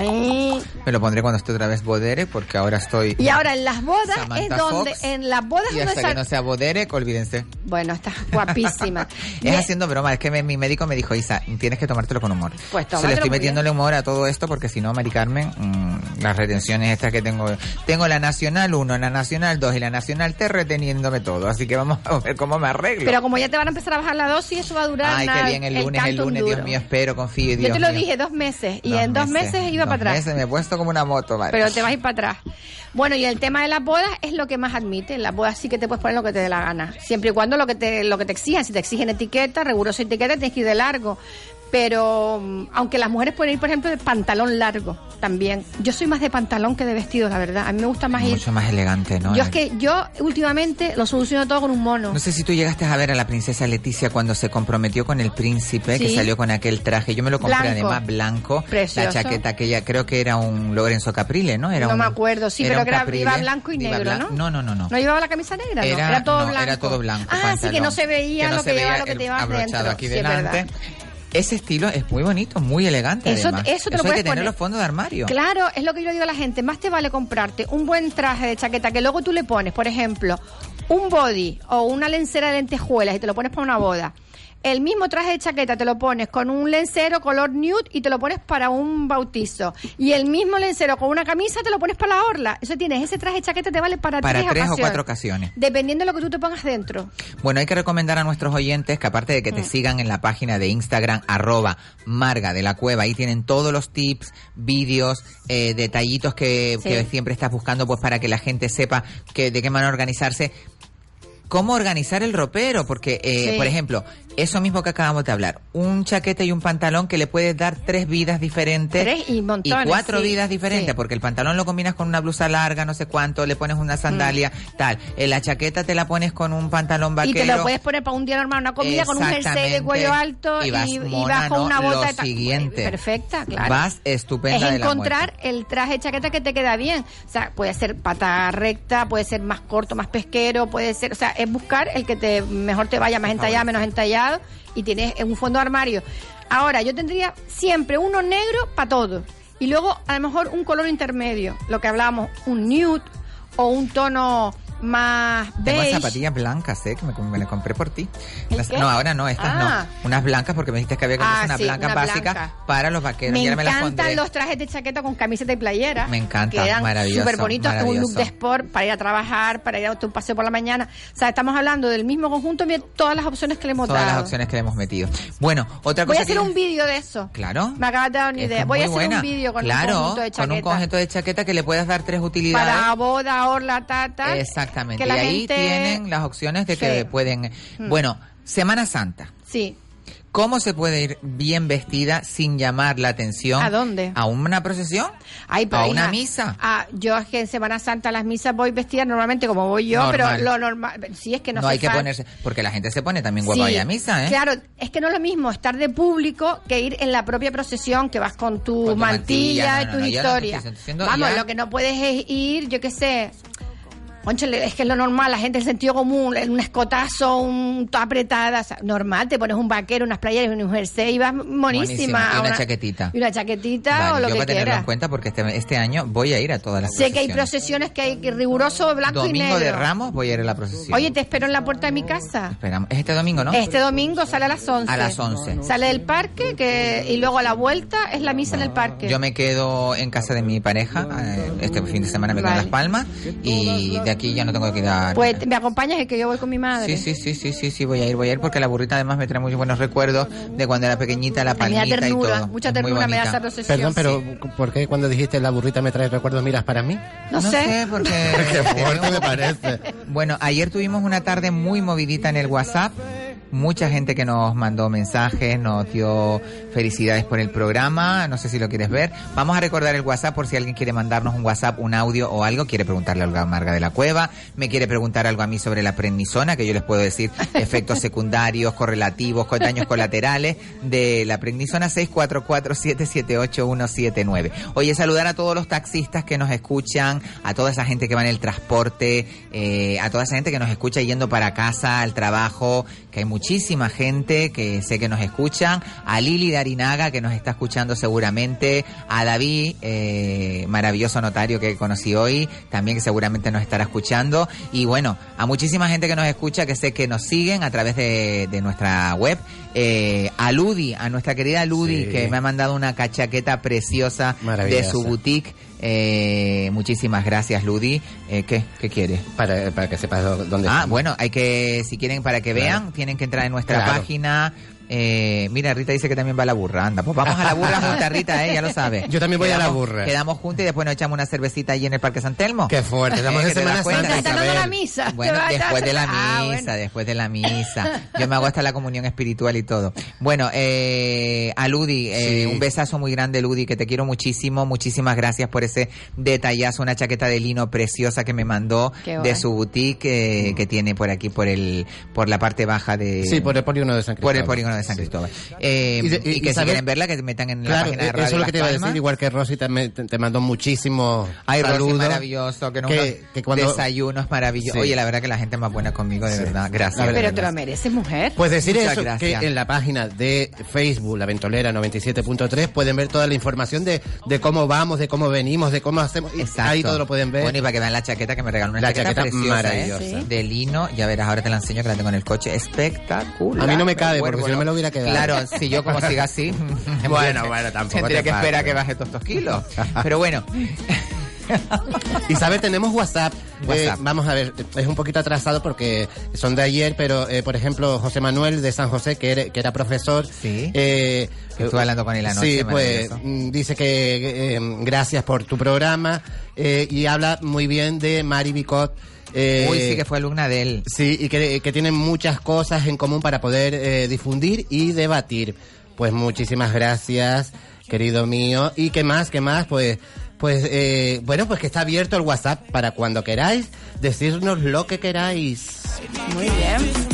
Ay. Me lo pondré cuando esté otra vez bodere, porque ahora estoy... Y ahora en las bodas Samantha es donde Fox. en las bodas Y donde hasta sal- que no sea bodere, olvídense. Bueno, estás guapísima. Es Me- haciendo broma, es que me- mi médico me dijo, Isa, tienes que tomártelo con humor. Pues Se le tómatelo estoy muy metiéndole humor a todo esto porque si no, Mari Carmen, mmm, las retenciones estas que tengo, tengo la Nacional uno, la Nacional dos y la Nacional tres reteniéndome todo, así que vamos a ver cómo me arreglo. Pero como ya te van a empezar a bajar la dosis, eso va a durar Ay, nada, qué bien, el lunes, el canto un lunes, Dios duro. mío, espero, confío, Dios Yo te lo mío. dije, dos meses. Y Dos en dos meses, iba dos para atrás. meses me he puesto como una moto, vale. Pero te vas a ir para atrás. Bueno, y el tema de las bodas es lo que más admite. En las bodas sí que te puedes poner lo que te dé la gana. Siempre y cuando lo que te, lo que te exijan. Si te exigen etiqueta, rigurosa etiqueta, tienes que ir de largo. Pero, mm, aunque las mujeres pueden ir, por ejemplo, de pantalón largo también. Yo soy más de pantalón que de vestido, la verdad. A mí me gusta más ir... Mucho más elegante, ¿no? Yo es que yo últimamente lo soluciono todo con un mono. No sé si tú llegaste a ver a la princesa Leticia cuando se comprometió con el príncipe, Sí. que salió con aquel traje. Yo me lo compré Blanco. además blanco. Precioso. La chaqueta aquella, creo que era un Lorenzo Caprile, ¿no? Era No un- me acuerdo, sí, pero un que era, Caprile. iba blanco y Iba negro, blan- ¿no? No, no, no, no. ¿No llevaba la camisa negra? Era, no, era todo no, blanco. era todo blanco. Ah, sí, pantalón. que no se veía Que no lo se que veía llevaba, lo que el te llevabas abrochado dentro. aquí Sí, es delante. verdad. Ese estilo es muy bonito, muy elegante. Eso- además. eso te lo hay puedes que tener poner. los fondos de armario. Claro, es lo que yo le digo a la gente. Más te vale comprarte un buen traje de chaqueta que luego tú le pones, por ejemplo, un body o una lencera de lentejuelas y te lo pones para una boda. el mismo traje de chaqueta te lo pones con un lencero color nude y te lo pones para un bautizo. Y el mismo lencero con una camisa te lo pones para la orla. Eso tienes, ese traje de chaqueta te vale para, para tres, tres ocasiones, o cuatro ocasiones. Dependiendo de lo que tú te pongas dentro. Bueno, hay que recomendar a nuestros oyentes que aparte de que te mm. sigan en la página de Instagram, arroba Marga de la Cueva, ahí tienen todos los tips, vídeos, eh, detallitos que, sí. que siempre estás buscando pues para que la gente sepa que, de qué manera organizarse. ¿Cómo organizar el ropero? Porque, eh, sí. por ejemplo, eso mismo que acabamos de hablar, un chaqueta y un pantalón que le puedes dar tres vidas diferentes. Tres y montones. Y cuatro sí. vidas diferentes, sí. porque el pantalón lo combinas con una blusa larga, no sé cuánto, le pones una sandalia, mm. tal. En la chaqueta te la pones con un pantalón vaquero. Y te lo puedes poner para un día normal, una comida con un jersey de cuello alto y vas, y, mona, y vas con no, una bota de tacón. Siguiente. Perfecta, claro. Vas estupenda es de la encontrar el traje de chaqueta que te queda bien. O sea, puede ser pata recta, puede ser más corto, más pesquero, puede ser, o sea, es buscar el que te mejor te vaya, más entallado, menos entallado, y tienes un fondo de armario. Ahora, yo tendría siempre uno negro para todo, y luego a lo mejor un color intermedio, lo que hablábamos, un nude o un tono más beige. Tengo zapatillas blancas, ¿eh? Que me, me las compré por ti. Las, ¿Qué? No, ahora no, estas ah. no. Unas blancas porque me dijiste que había que ah, una sí, blanca una básica blanca. para los vaqueros. Me y ahora me las encantan pondré. los trajes de chaqueta con camiseta y playera. Me encanta, quedan maravilloso. Súper bonitos, un look de sport para ir a trabajar, para ir a un paseo por la mañana. O sea, estamos hablando del mismo conjunto, mira todas las opciones que le hemos todas dado. Todas las opciones que le hemos metido. Bueno, otra cosa. Voy a hacer que... un vídeo de eso. Claro. Me acabas de dar una idea. Voy a hacer buena. un vídeo con claro, un conjunto de chaqueta. Con un conjunto de chaqueta que le puedas dar tres utilidades. Para boda, orla, tata. Exactamente. Que y la ahí gente... tienen las opciones de que sí. pueden... Hmm. Bueno, Semana Santa. Sí. ¿Cómo se puede ir bien vestida sin llamar la atención? ¿A dónde? ¿A una procesión? Ay, pero ¿A hija, una misa? Ah, yo es que en Semana Santa a las misas voy vestida normalmente como voy yo, normal. pero lo normal, sí es que no, no hay que falta. ponerse, porque la gente se pone también guapa sí, y a misa, ¿eh? Claro, es que no es lo mismo estar de público que ir en la propia procesión, que vas con tu, con tu mantilla, mantilla y no, tus no, historias. No Vamos, ya... lo que no puedes es ir, yo qué sé... Conchale, es que es lo normal, la gente el sentido común, un escotazo, un toda apretada, o sea, normal, te pones un vaquero, unas playeras, un jersey y vas monísima. Buenísima. Y una, una chaquetita. Y una chaquetita vale, o lo yo que voy a tenerlo quieras. en cuenta porque este, este año voy a ir a todas las sé procesiones. Que hay procesiones que hay que riguroso blanco domingo y negro. de Ramos voy a ir a la procesión. Oye, te espero en la puerta de mi casa. Esperamos. Es este domingo, ¿no? Este domingo sale a las once. A las once. Sale del parque que y luego a la vuelta es la misa en el parque. Yo me quedo en casa de mi pareja. Este fin de semana me quedo vale. en Las Palmas y de aquí ya no tengo que dar... Pues me acompañas, es que yo voy con mi madre. Sí, sí, sí, sí, sí, sí, voy a ir, voy a ir porque la burrita además me trae muy buenos recuerdos de cuando era pequeñita, la palmita ternura, y todo. Mucha ternura me da esa procesión. Perdón, pero sí. ¿por qué cuando dijiste la burrita me trae recuerdos miras para mí? No, no sé. sé, porque... Qué fuerte me parece. Bueno, ayer tuvimos una tarde muy movidita en el WhatsApp. Mucha gente que nos mandó mensajes, nos dio felicidades por el programa. No sé si lo quieres ver. Vamos a recordar el WhatsApp por si alguien quiere mandarnos un WhatsApp, un audio o algo. Quiere preguntarle a Olga Marga de la Cueva. Me quiere preguntar algo a mí sobre la prednisona, que yo les puedo decir efectos secundarios, correlativos, daños colaterales de la prednisona. Seis cuatro cuatro, siete siete ocho, uno siete nueve. Oye, saludar a todos los taxistas que nos escuchan, a toda esa gente que va en el transporte, eh, a toda esa gente que nos escucha yendo para casa, al trabajo, que hay muchísima gente que sé que nos escuchan, a Lili de Arinaga que nos está escuchando seguramente, a David, eh, maravilloso notario que conocí hoy, también que seguramente nos estará escuchando, y bueno, a muchísima gente que nos escucha, que sé que nos siguen a través de, de nuestra web, eh, a Ludi, a nuestra querida Ludi, sí. que me ha mandado una cachaqueta preciosa de su boutique. Eh, muchísimas gracias, Ludi. Eh, ¿qué, ¿Qué quiere? Para, para que sepas dónde Ah, estamos. bueno, hay que, si quieren para que vean, claro. tienen que entrar en nuestra claro. página. Eh, mira, Rita dice que también va a la burra. Anda, pues vamos a la burra juntas, Rita, eh, ya lo sabes. Yo también voy quedamos, a la burra. Quedamos juntos y después nos echamos una cervecita allí en el Parque San Telmo. Qué fuerte, estamos eh, en Semana Santa. Intentando la misa. Bueno, después de la misa, ah, bueno. después de la misa. Yo me hago hasta la comunión espiritual y todo. Bueno, eh, a Ludi, eh, sí. un besazo muy grande, Ludi, que te quiero muchísimo. Muchísimas gracias por ese detallazo, una chaqueta de lino preciosa que me mandó de su boutique eh, que tiene por aquí, por el por la parte baja de... Sí, por el polígono de San Cristóbal. Por el polígono de de San Cristóbal. Eh, Y y, de- y- que y si saber- quieren verla, que se metan en la Claro, página de eh, Radio eso es lo que te iba a Las decir, Palmas. igual que Rosy te, me- te, te mandó muchísimos Ay, Rosy, saludos. maravilloso, que, no que, que cuando desayunos maravillosos. Sí. Oye, la verdad que la gente es más buena conmigo, de Sí. verdad. Gracias. La verdad. Pero te lo mereces, mujer. Pues decir Muchas eso, gracias. que en la página de Facebook, La Ventolera noventa y siete punto tres, pueden ver toda la información de, de cómo vamos, de cómo venimos, de cómo hacemos. y Exacto. Ahí todo lo pueden ver. Bueno, y para que vean la chaqueta que me regaló, una La chaqueta, chaqueta preciosa, maravillosa. ¿eh? De lino, ya verás, ahora te la enseño que la tengo en el coche. Espectacular. A mí no me cabe, vuelvo porque si no me lo hubiera quedado. Claro, si yo como siga así, Bueno, bueno, tampoco tendría te que pases. esperar a que baje todos estos kilos. Pero bueno. Isabel, tenemos WhatsApp. WhatsApp. Eh, vamos a ver, es un poquito atrasado porque son de ayer, pero eh, por ejemplo, José Manuel de San José, que era, que era profesor. Sí. Eh, Estuve hablando con él anoche, Sí, pues maravilloso. mm, dice que eh, gracias por tu programa eh, y habla muy bien de Mari Bicot. Eh, Uy, sí que fue alumna de él. Sí, y que, que tienen muchas cosas en común para poder eh, difundir y debatir. Pues muchísimas gracias, querido mío. Y qué más, qué más, pues, pues, eh, bueno, pues que está abierto el WhatsApp para cuando queráis decirnos lo que queráis. Muy bien.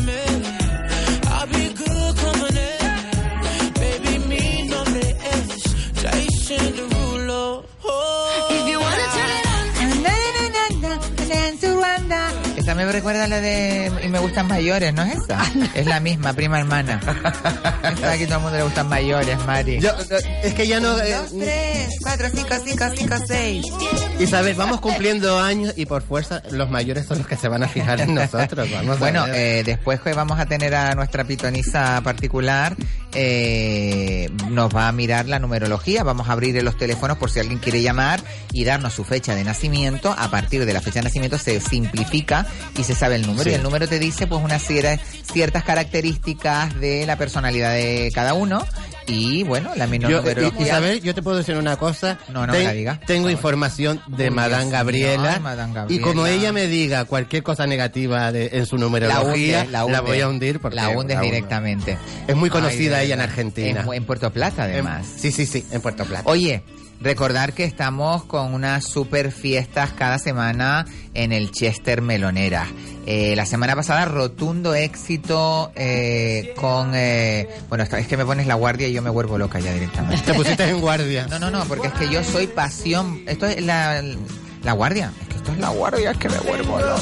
Esta me recuerda a la de Y me gustan mayores, ¿no es esa? Es la misma, prima hermana. Esta aquí todo el mundo le gustan mayores, Mari. Yo, es que ya no... eh, Dos, tres, cuatro, cinco, cinco, cinco, seis. Isabel, vamos cumpliendo años y por fuerza los mayores son los que se van a fijar en nosotros. Vamos Bueno, a ver. eh, después que vamos a tener a nuestra pitonisa particular, eh, nos va a mirar la numerología. Vamos a abrir los teléfonos por si alguien quiere llamar y darnos su fecha de nacimiento. A partir de la fecha de nacimiento se simplifica y se sabe el número. Sí. Y el número te dice pues una serie, ciertas características de la personalidad de cada uno. Y bueno, la menor Yo, numerología. I- Isabel, yo te puedo decir una cosa. No, no me la diga, por Tengo favor. información de Uy, Madame Dios Gabriela. mío, ay, Madame Gabriela. Y como ella me diga cualquier cosa negativa de, en su la, numerología, hunde, la, hunde. voy a hundir porque la hundes la hundo. directamente. Es muy Ay, conocida de ella en verdad. Argentina. En, en Puerto Plata, además. En- sí, sí, sí, en Puerto Plata. Oye, recordar que estamos con unas super fiestas cada semana en el Chester Melonera. Eh, la semana pasada, rotundo éxito eh, con... Eh, bueno, esta- es que me pones la guardia y yo me vuelvo loca ya directamente. Te pusiste en guardia. No, no, no, porque es que yo soy pasión... Esto es la, la guardia. Es que esto es la guardia, es que me vuelvo loca.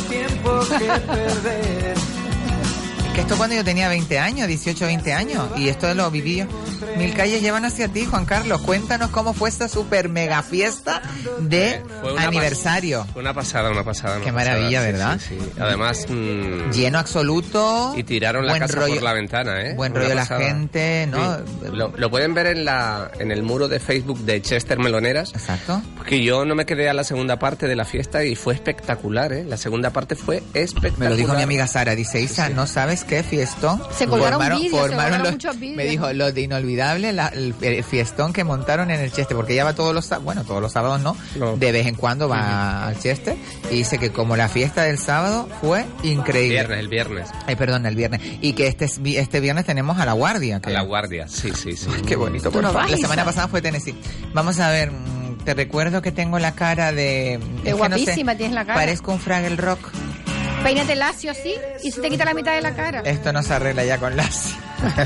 Que esto cuando yo tenía veinte años, dieciocho, veinte años, y esto lo viví yo. Mil calles llevan hacia ti, Juan Carlos. Cuéntanos cómo fue esta super mega fiesta de Fue una aniversario. pas- Fue una pasada, una pasada. una Qué pasada, maravilla, sí, ¿verdad? Sí, sí. Además, mm, Lleno absoluto. y tiraron la buen casa rollo, por la ventana, ¿eh? Buen Una rollo la pasada. gente, ¿no? Sí. Lo, lo pueden ver en la en el muro de Facebook de Chester Meloneras. Exacto. Porque yo no me quedé a la segunda parte de la fiesta y fue espectacular, ¿eh? La segunda parte fue espectacular. Me lo dijo mi amiga Sara. Dice, Isa, Sí. ¿no sabes qué fiestón? Se colgaron Formaron- vídeos, se formaron colgaron los- muchos vídeos. Me dijo, lo de inolvidable, la- el, el fiestón que montaron en el Chester, porque ella va todos los sábados, bueno, todos los sábados no, No. de vez en cuando va al Chester, y dice que como la fiesta del sábado fue El increíble. viernes, el viernes. Ay, perdón, el viernes. Y que este, es vi- este viernes tenemos a La Guardia. Que, A la guardia, sí, sí, sí. Qué bonito. Tú no vas, La Isa. semana pasada fue Tennessee. Vamos a ver, mm, te recuerdo que tengo la cara de... De es que no sé, guapísima tienes la cara. Parezco un Fraggle Rock. Peínate lacio así y se te quita la mitad de la cara. Esto no se arregla ya con las...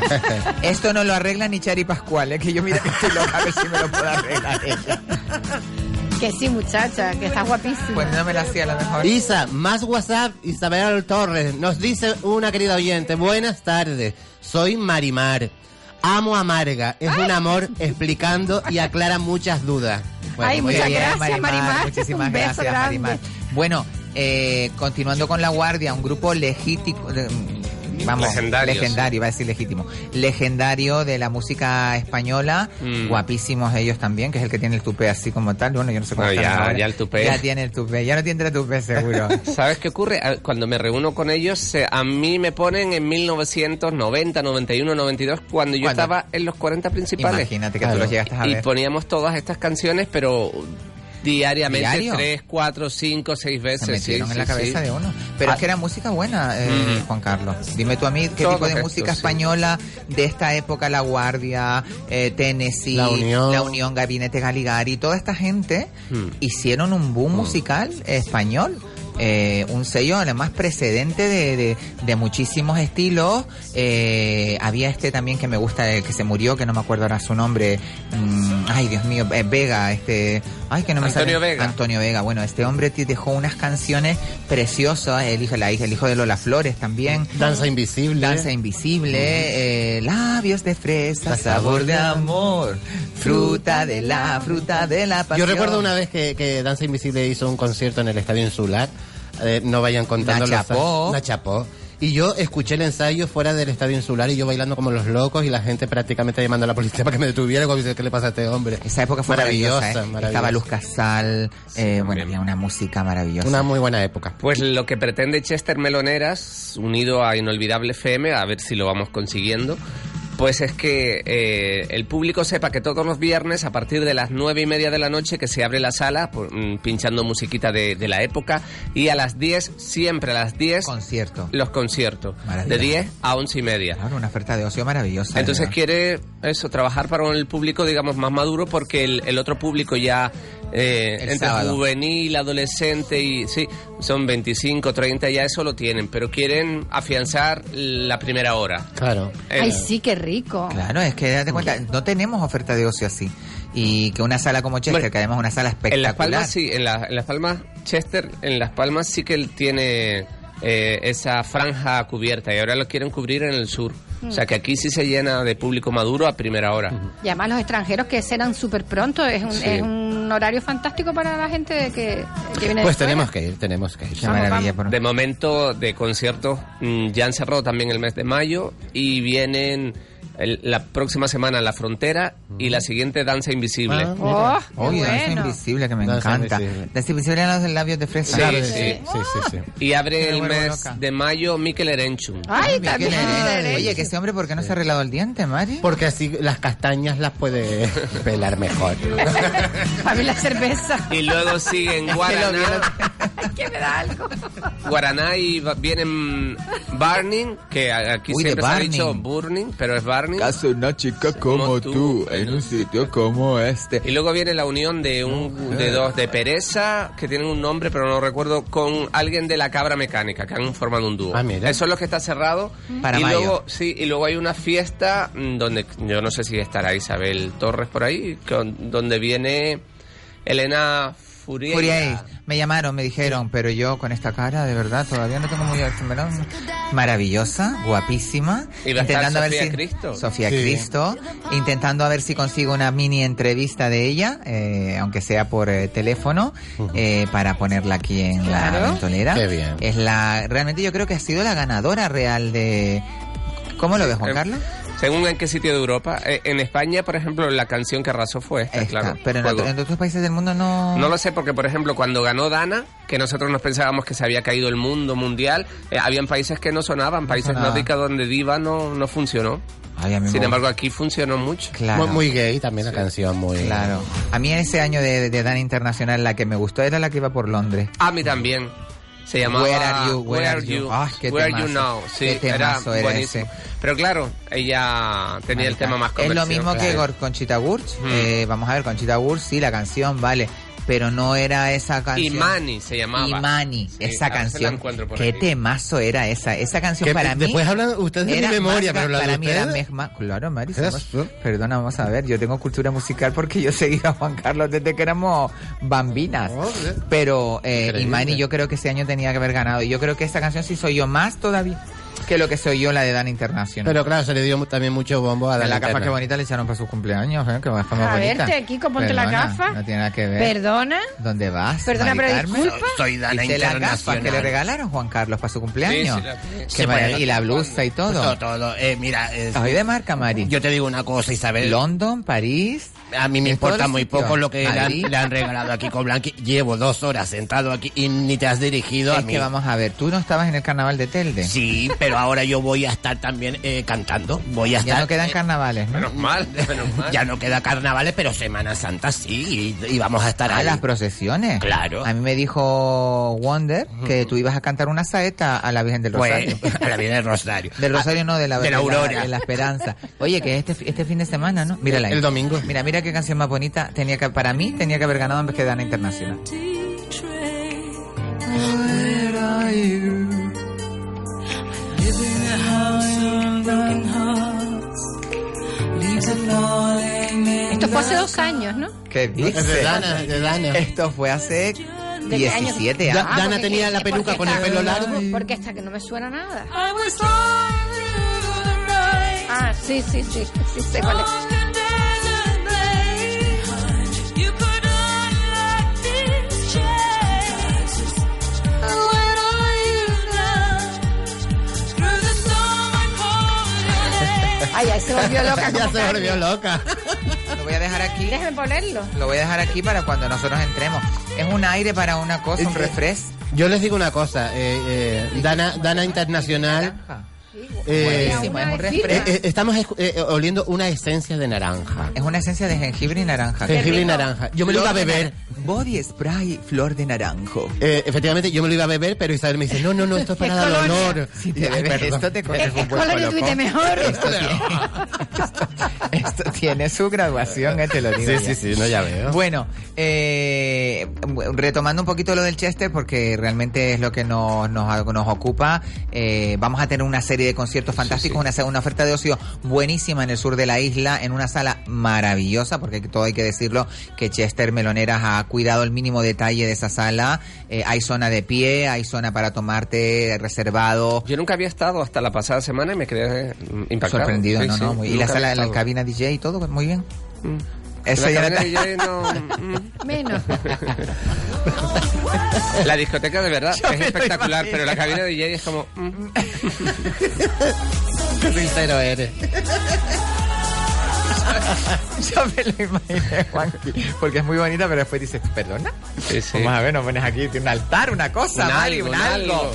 Esto no lo arregla ni Chari Pascual, es que yo mira que estoy loca a ver si me lo puedo arreglar ella. Que sí, muchacha, que estás guapísima. Pues no me la hacía a lo mejor. Isa, más WhatsApp, Isabel Torres. Nos dice una querida oyente, buenas tardes, soy Marimar. Amo a Marga, es un amor explicando y aclara muchas dudas. Ay, Muy muchas bien, gracias, Marimar. Muchísimas Un beso gracias, grande. Marimar. Bueno, eh, continuando con La Guardia, un grupo legítimo... Vamos, Legendario, legendario, iba a decir legítimo. Legendario de la música española, Mm. guapísimos ellos también, que es el que tiene el tupé así como tal. Bueno, yo no sé cómo No, estarán ya- ahora. ya el tupé. Ya tiene el tupé, ya no tendrá tupé seguro. ¿Sabes qué ocurre? A- Cuando me reúno con ellos, eh, a mí me ponen en mil novecientos noventa, noventa y uno, noventa y dos, cuando yo ¿Cuándo? estaba en los cuarenta principales. Imagínate que Claro. tú los llegaste a Y ver. poníamos todas estas canciones, pero diariamente, ¿Diario? tres, cuatro, cinco, seis veces. Se metieron sí, en la sí, cabeza sí. de uno. Pero Ah. es que era música buena, eh, Mm. Juan Carlos. Dime tú a mí qué Todo tipo de esto, música sí. española de esta época, La Guardia, eh, Tennessee, La Unión. La Unión, Gabinete Galigari, toda esta gente Mm. hicieron un boom musical español. eh, un sello además precedente de, de, de muchísimos estilos. Eh, había este también que me gusta, el que se murió, que no me acuerdo ahora su nombre. Mm, ay, Dios mío, eh, Vega, este... Ay, que no me Antonio sale. Vega. Antonio Vega. Bueno, este hombre te dejó unas canciones preciosas. El hijo, la hija, el hijo de Lola Flores también. Danza invisible. Danza invisible, eh, labios de fresa, sabor de amor, fruta de la, fruta de la pasión. Yo recuerdo una vez que, que Danza Invisible hizo un concierto en el Estadio Insular. Eh, no vayan contando La los- chapó. La chapó. Y yo escuché el ensayo fuera del Estadio Insular y yo bailando como los locos y la gente prácticamente llamando a la policía para que me detuviera. Como dice, ¿qué le pasa a este hombre? Esa época fue maravillosa, maravillosa. ¿eh? maravillosa. Estaba Luz Casal, eh, bueno, había una música maravillosa. Una muy buena época. Pues lo que pretende Chester Meloneras, unido a Inolvidable F M, a ver si lo vamos consiguiendo, pues es que eh, el público sepa que todos los viernes, a partir de las nueve y media de la noche, que se abre la sala, por, mm, pinchando musiquita de, de la época, y a las diez, siempre a las diez, Concierto. los conciertos, Maravilla. de diez a once y media. Claro, una oferta de ocio maravillosa. Entonces ¿verdad? quiere eso, trabajar para el público, digamos, más maduro, porque el, el otro público ya, eh, El entre sábado. juvenil, adolescente y sí, son veinticinco, treinta, ya eso lo tienen, pero quieren afianzar la primera hora. Claro. El- Ay, sí, qué rico. Claro, es que date cuenta, no tenemos oferta de ocio así. Y que una sala como Chester, Bueno, que además es una sala espectacular. En Las Palmas sí, en, la- en Las Palmas, Chester, en Las Palmas sí que él tiene eh, esa franja cubierta y ahora lo quieren cubrir en el sur. O sea que aquí sí se llena de público maduro a primera hora. Y además los extranjeros que cenan súper pronto, es un, Sí. es un horario fantástico para la gente que, que viene Pues de fuera. tenemos que ir, tenemos que ir. Qué Vamos, maravilla. vamos. por- De momento, de conciertos, mm, ya han cerrado también el mes de mayo y vienen el- la próxima semana en La Frontera y la siguiente Danza Invisible. Ah, ¡Oh, qué Oye, Danza bueno! Invisible, que me Danza encanta. Invisible. Danza Invisible eran los labios de fresa. Sí, Claro, sí. sí, sí, sí, sí. Y abre Me el vuelvo mes loca. de mayo Mikel Erenchun. ¡Ay, Miguel también! Herrera. Oye, que ese hombre, ¿por qué no se ha arreglado el diente, Mari? Porque así las castañas las puede pelar mejor. Para mí la cerveza. Y luego siguen Guaraná, que me da algo. Guaraná y va- vienen Burning, que a- aquí Uy, de siempre se ha Burning. dicho Burning, pero es Burning. Caso una chica Como como tú, tú, en un sitio como este. Y luego viene la unión de un de dos de Pereza, que tienen un nombre, pero no recuerdo, con alguien de la Cabra Mecánica, que han formado un dúo. Ah, mira. Eso es lo que está cerrado. Para y mayo. luego, sí, y luego hay una fiesta mm, donde yo no sé si estará Isabel Torres por ahí, con- donde viene Elena Furiel. Furiaís. Me llamaron, me dijeron, pero yo con esta cara, de verdad, todavía no tengo muy abierto el melón. Maravillosa, guapísima. ¿Y va a estar a ver Sofía si Cristo? Sofía Sí. Cristo, intentando a ver si consigo una mini entrevista de ella, eh, aunque sea por eh, teléfono, eh, para ponerla aquí en la Claro. ventolera. Qué bien. Es la, realmente yo creo que ha sido la ganadora real de. ¿Cómo lo ves, Juan Eh, Carlos? Según en qué sitio de Europa. Eh, en España, por ejemplo, la canción que arrasó fue esta, Esta, claro. pero en, Fuego. otro- en otros países del mundo no. No lo sé porque, por ejemplo, cuando ganó Dana, que nosotros nos pensábamos que se había caído el mundo mundial, eh, habían países que no sonaban, países sonaba. nórdicos donde Diva no, no funcionó. Ay, a mí Sin me- embargo, aquí funcionó mucho. claro. Muy, muy gay también la canción, muy... Claro. A mí ese año de, de Dana Internacional la que me gustó era la que iba por Londres. A mí también. Se llamaba Where are you? Where are you? Ay, qué Where are you temazo. now? Sí, Qué era temazo era buenísimo. ese. Pero claro, ella tenía el tema más Es comercial. lo mismo que claro. Gor- Conchita Wurst. Mm. Eh, vamos a ver, Conchita Wurst, sí, la canción, vale. Pero no era esa canción. Imani se llamaba. Imani, Sí, esa a ver si la canción. encuentro por Qué aquí. temazo era esa. Esa canción Que para mí. después hablan ustedes de mi era memoria, más- pero la de para mí era ustedes- más- Claro, Mari. Eso. somos- Perdona, vamos a ver. Yo tengo cultura musical porque yo seguía a Juan Carlos desde que éramos bambinas. Joder. Pero eh, Increíble. Imani yo creo que ese año tenía que haber ganado. Y yo creo que esta canción sí soy yo más todavía que lo que soy yo la de Dana Internacional. Pero claro, se le dio mu- también mucho bombo a En la la gafa linterna. que bonita le echaron para sus cumpleaños, ¿eh? Que gafa más A bonita. verte, Kiko, ponte la Perdona, gafa. No tiene nada que ver. Perdona. ¿Dónde vas? Perdona, Mari pero Carmen? disculpa. Soy Dana ¿Viste las gafas Internacional. que le regalaron Juan Carlos para su cumpleaños? Sí, sí, la- Qué Sí, maravilla. pues, Y la blusa y todo. Todo, todo. Eh, mira, eh, Soy de marca, Mari. yo te digo una cosa, Isabel. London, París. A mí me en todos importa los muy sitios. poco lo que le han, Madrid. le han regalado aquí con Blanqui. Llevo dos horas sentado aquí y ni te has dirigido a Es mí. que vamos a ver, tú no estabas en el carnaval de Telde. Sí, pero ahora yo voy a estar también eh, cantando. Voy a estar. Ya no quedan eh, carnavales, ¿no? Menos mal, menos mal. Ya no queda carnavales, pero Semana Santa sí. Y, y vamos a estar Ah, ahí. las procesiones. Claro. A mí me dijo Wonder que tú ibas a cantar una saeta a la Virgen del Pues, Rosario. a la Virgen del Rosario. Del Rosario no, de la, de la Aurora. de la Esperanza. Oye, que este, este fin de semana, ¿no? Mírala ahí. El domingo. Mira, mira qué canción más bonita. Tenía que, para mí, tenía que haber ganado en vez que Dana Internacional. Where are you? Living in a house of broken hearts. Leaves are falling in. Esto fue hace dos años, ¿no? ¿Qué dice? De Dana, de Dana. Esto fue hace ¿De qué año? diecisiete Da- años. Dana porque- tenía la peluca con el porque pelo esta- largo. Porque esta que no me suena nada. I was flying through the night. Ah, sí, sí, sí, sí sé cuál es. On the desert plain. You put on like these chains. Where are you now? Through the storm I called your name. Ay, ahí se volvió loca. Ya como se Carmen. volvió loca. Lo voy a dejar aquí. Déjame ponerlo. Lo voy a dejar aquí para cuando nosotros entremos. Es un aire para una cosa, un refresh. Yo les digo una cosa, eh, eh, Dana, Dana Internacional. eh, Buenísimo, es un eh, refresh. eh, estamos eh, eh, oliendo una esencia de naranja. Es una esencia de jengibre y naranja. Jengibre y rico. naranja. Yo me lo iba a Flor de beber. na- Body spray, flor de naranjo. Eh, efectivamente, yo me lo iba a beber, pero Isabel me dice, no, no, no, esto es para Es dar colonia. olor. Si te Y, ay, bebes perdón. esto, te coges Es, un es buen color y colocón. tuite mejor. Esto tiene, esto, esto tiene su graduación, eh, te lo digo. Sí, ya. sí, sí, no, ya veo. Bueno, eh, retomando un poquito lo del Chester, porque realmente es lo que nos, nos, nos ocupa, eh, vamos a tener una serie de conciertos fantásticos, Una, una oferta de ocio buenísima en el sur de la isla, en una sala maravillosa, porque todo hay que decirlo, que Chester Meloneras ha cuidado el mínimo detalle de esa sala. Eh, hay zona de pie, hay zona para tomarte reservado. Yo nunca había estado hasta la pasada semana y me quedé mm, impactado. Sorprendido, Sí, ¿no? sí, no muy- y la nunca sala, había la estado. cabina D J y todo, muy bien. Mm. Eso La ya cabina no- D J no, mm. Menos. La discoteca de verdad Yo es me lo espectacular, imagino. pero la cabina de D J es como... mm. Qué sincero eres. Yo me lo imaginé, Juanqui, porque es muy bonita, pero después dices, ¿perdona? Sí, sí. Vamos a ver, nos pones aquí un altar, una cosa, Un Mari, algo, un un algo. algo.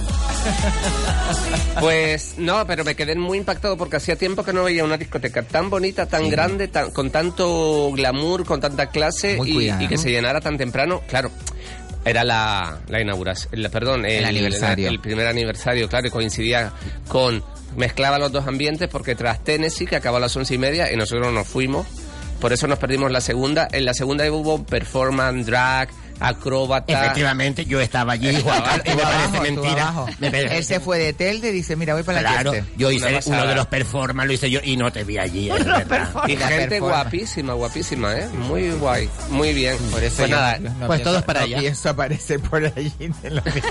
Pues no, pero me quedé muy impactado porque hacía tiempo que no veía una discoteca tan bonita, tan Sí. grande, tan, con tanto glamour, con tanta clase Muy y, cuidada. y que se llenara tan temprano. Claro, era la, la inauguración, la- perdón, el, aniversario. El, el primer aniversario, claro, y coincidía con... Mezclaba los dos ambientes porque tras Tennessee, que acabó a las once y media, y nosotros nos fuimos. Por eso nos perdimos la segunda. En la segunda hubo performance, drag, acróbata. Efectivamente, yo estaba allí, Estuvo Juan, abajo, y me estuvo parece abajo, estuvo mentira. abajo. Me parece- Él se fue de Telde y dice, mira, voy para la Claro, Chester. yo Una hice pasada. uno de los performances, lo hice yo y no te vi allí, es verdad. Y La gente performance. guapísima, guapísima, ¿eh? Muy guay, muy bien. Por eso pues yo nada, no- no pues pienso- todos para no allá. pienso aparecer por allí. Te lo digo.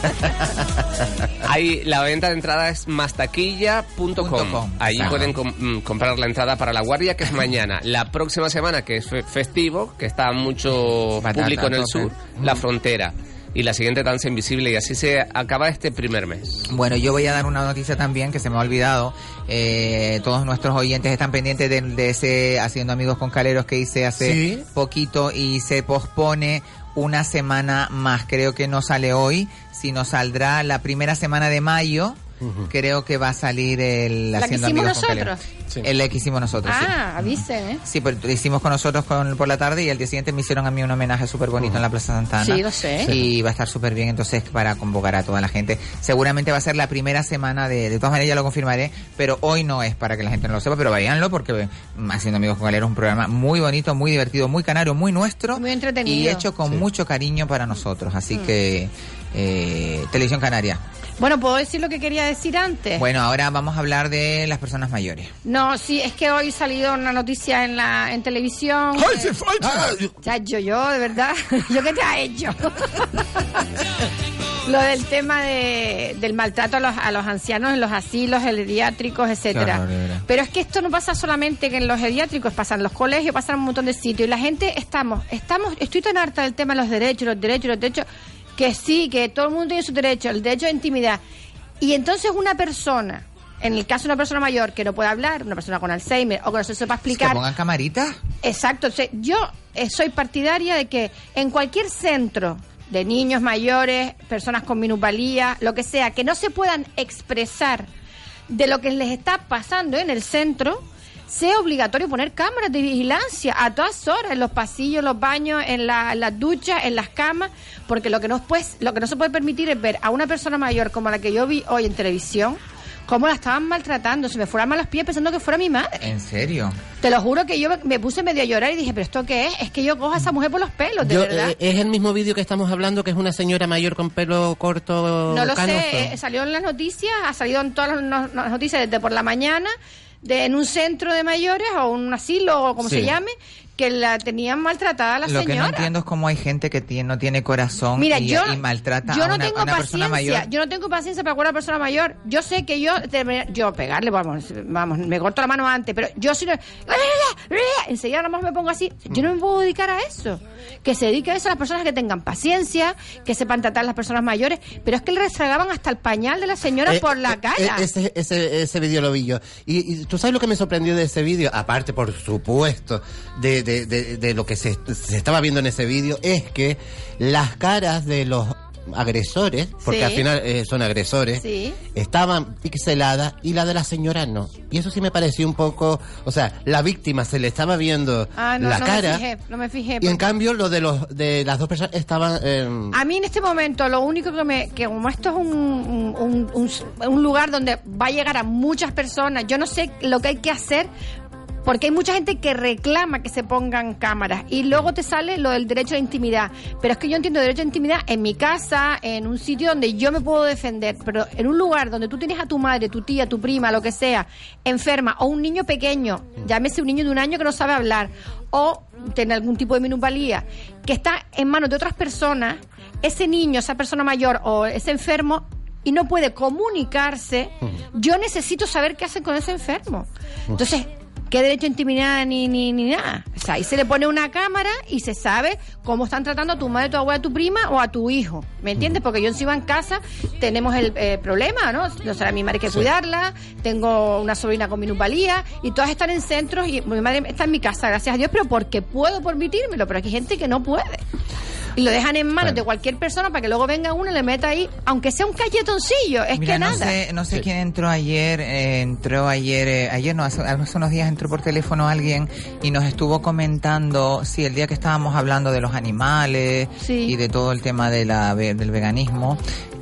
ahí la venta de entrada es mastaquilla punto com. Punto com, Ahí exacto. pueden com- mm, comprar la entrada para la guardia, que es mañana. La próxima semana, que es fe- festivo, que está mucho Patata, público en el tope. sur, la frontera. Y la siguiente danza invisible, y así se acaba este primer mes. Bueno, yo voy a dar una noticia también que se me ha olvidado. Eh, todos nuestros oyentes están pendientes de, de ese Haciendo Amigos con Caleros que hice hace Sí. poquito y se pospone una semana más. Creo que no sale hoy, sino saldrá la primera semana de mayo. Creo que va a salir el ¿La que Haciendo hicimos Amigos con nosotros? Caleros. Sí. El que hicimos nosotros, sí. Ah, avisen, ¿eh? Sí, pero lo hicimos con nosotros con, por la tarde y al día siguiente me hicieron a mí un homenaje súper bonito en la Plaza Santana. Sí, lo sé. Y va a estar súper bien, entonces, para convocar a toda la gente. Seguramente va a ser la primera semana de... De todas maneras ya lo confirmaré, pero hoy no es para que la gente no lo sepa, pero váyanlo porque mm, Haciendo Amigos con Galeros es un programa muy bonito, muy divertido, muy canario, muy nuestro. Muy entretenido. Y hecho con mucho cariño para nosotros. Así que, eh, Televisión Canaria. Bueno, ¿puedo decir lo que quería decir antes? Bueno, ahora vamos a hablar de las personas mayores. No, sí, es que hoy ha salido una noticia en la en televisión. Eh, Chacho, yo, de verdad, ¿yo qué te ha hecho? Lo del tema de, del maltrato a los, a los ancianos en los asilos geriátricos, etcétera. Qué horror, de verdad. Pero es que esto no pasa solamente que en los geriátricos, pasa en los colegios, pasa en un montón de sitios. Y la gente, estamos, estamos, estoy tan harta del tema de los derechos, los derechos, los derechos, que sí, que todo el mundo tiene su derecho, el derecho de intimidad. Y entonces una persona, en el caso de una persona mayor que no puede hablar, una persona con Alzheimer o que no se sepa Que explicar... pongan camaritas. Exacto, o sea, yo eh, soy partidaria de que en cualquier centro de niños mayores, personas con minusvalía, lo que sea, que no se puedan expresar de lo que les está pasando en el centro, sea obligatorio poner cámaras de vigilancia a todas horas, en los pasillos, en los baños, en, la, en las duchas, en las camas, porque lo que, no, pues, lo que no se puede permitir es ver a una persona mayor como la que yo vi hoy en televisión, cómo la estaban maltratando. Se me fueron a los pies pensando que fuera mi madre. ¿En serio? Te lo juro que yo me, me puse medio a llorar y dije, ¿pero esto qué es? Es que yo cojo a esa mujer por los pelos, de Yo, verdad. eh, es el mismo vídeo que estamos hablando, que es una señora mayor con pelo corto, No lo canoso. sé, eh, salió en las noticias, ha salido en todas las no- las noticias desde por la mañana, de en un centro de mayores o un asilo o como Sí. se llame, que la tenían maltratada a la Lo que no señora. entiendo es cómo hay gente que tiene, no tiene corazón Mira, y, yo, y maltrata yo a no una, tengo a una persona paciencia, mayor. yo no tengo paciencia para una persona mayor. Yo sé que yo, yo pegarle, vamos, vamos, me corto la mano antes, pero yo si no, enseguida nada más me pongo así. Yo no me puedo dedicar a eso. Que se dedique a eso a las personas que tengan paciencia, que sepan tratar a las personas mayores, pero es que le restragaban hasta el pañal de la señora Eh, por la eh, cara. eh, ese ese, ese vídeo lo vi yo. Y, y tú sabes lo que me sorprendió de ese vídeo, aparte, por supuesto, de, de, de, de lo que se, se estaba viendo en ese vídeo, es que las caras de los agresores, porque Sí. al final eh, son agresores, Sí. estaban pixeladas y la de la señora no. Y eso sí me pareció un poco, o sea, la víctima se le estaba viendo Ah, no, la no cara, me fijé, no me fijé. y en porque- cambio lo de los de las dos personas estaban eh, A mí en este momento lo único que me... que como esto es un, un, un- un- un lugar donde va a llegar a muchas personas, yo no sé lo que hay que hacer, porque hay mucha gente que reclama que se pongan cámaras y luego te sale lo del derecho a la intimidad. Pero es que yo entiendo derecho a la intimidad en mi casa, en un sitio donde yo me puedo defender, pero en un lugar donde tú tienes a tu madre, tu tía, tu prima, lo que sea, enferma, o un niño pequeño, llámese un niño de un año que no sabe hablar, o tiene algún tipo de minusvalía, que está en manos de otras personas, ese niño, esa persona mayor o ese enfermo, y no puede comunicarse, yo necesito saber qué hacen con ese enfermo. Entonces, ¿qué derecho a intimidad ni, ni, ni nada? O sea, ahí se le pone una cámara y se sabe cómo están tratando a tu madre, tu abuela, tu prima o a tu hijo. ¿Me entiendes? Porque yo encima en casa tenemos el eh, problema, ¿no? O sea, a mi madre hay que cuidarla, tengo una sobrina con minusvalía y todas están en centros y mi madre está en mi casa, gracias a Dios, pero porque puedo permitírmelo, pero aquí hay gente que no puede. Y lo dejan en manos Bueno. de cualquier persona para que luego venga uno y le meta ahí, aunque sea un calletoncillo, es Mira, que no nada. sé, no sé Sí. quién entró ayer, eh, entró ayer, eh, ayer no, hace, hace unos días entró por teléfono alguien y nos estuvo comentando, sí, el día que estábamos hablando de los animales Sí. y de todo el tema de la, ve- del veganismo,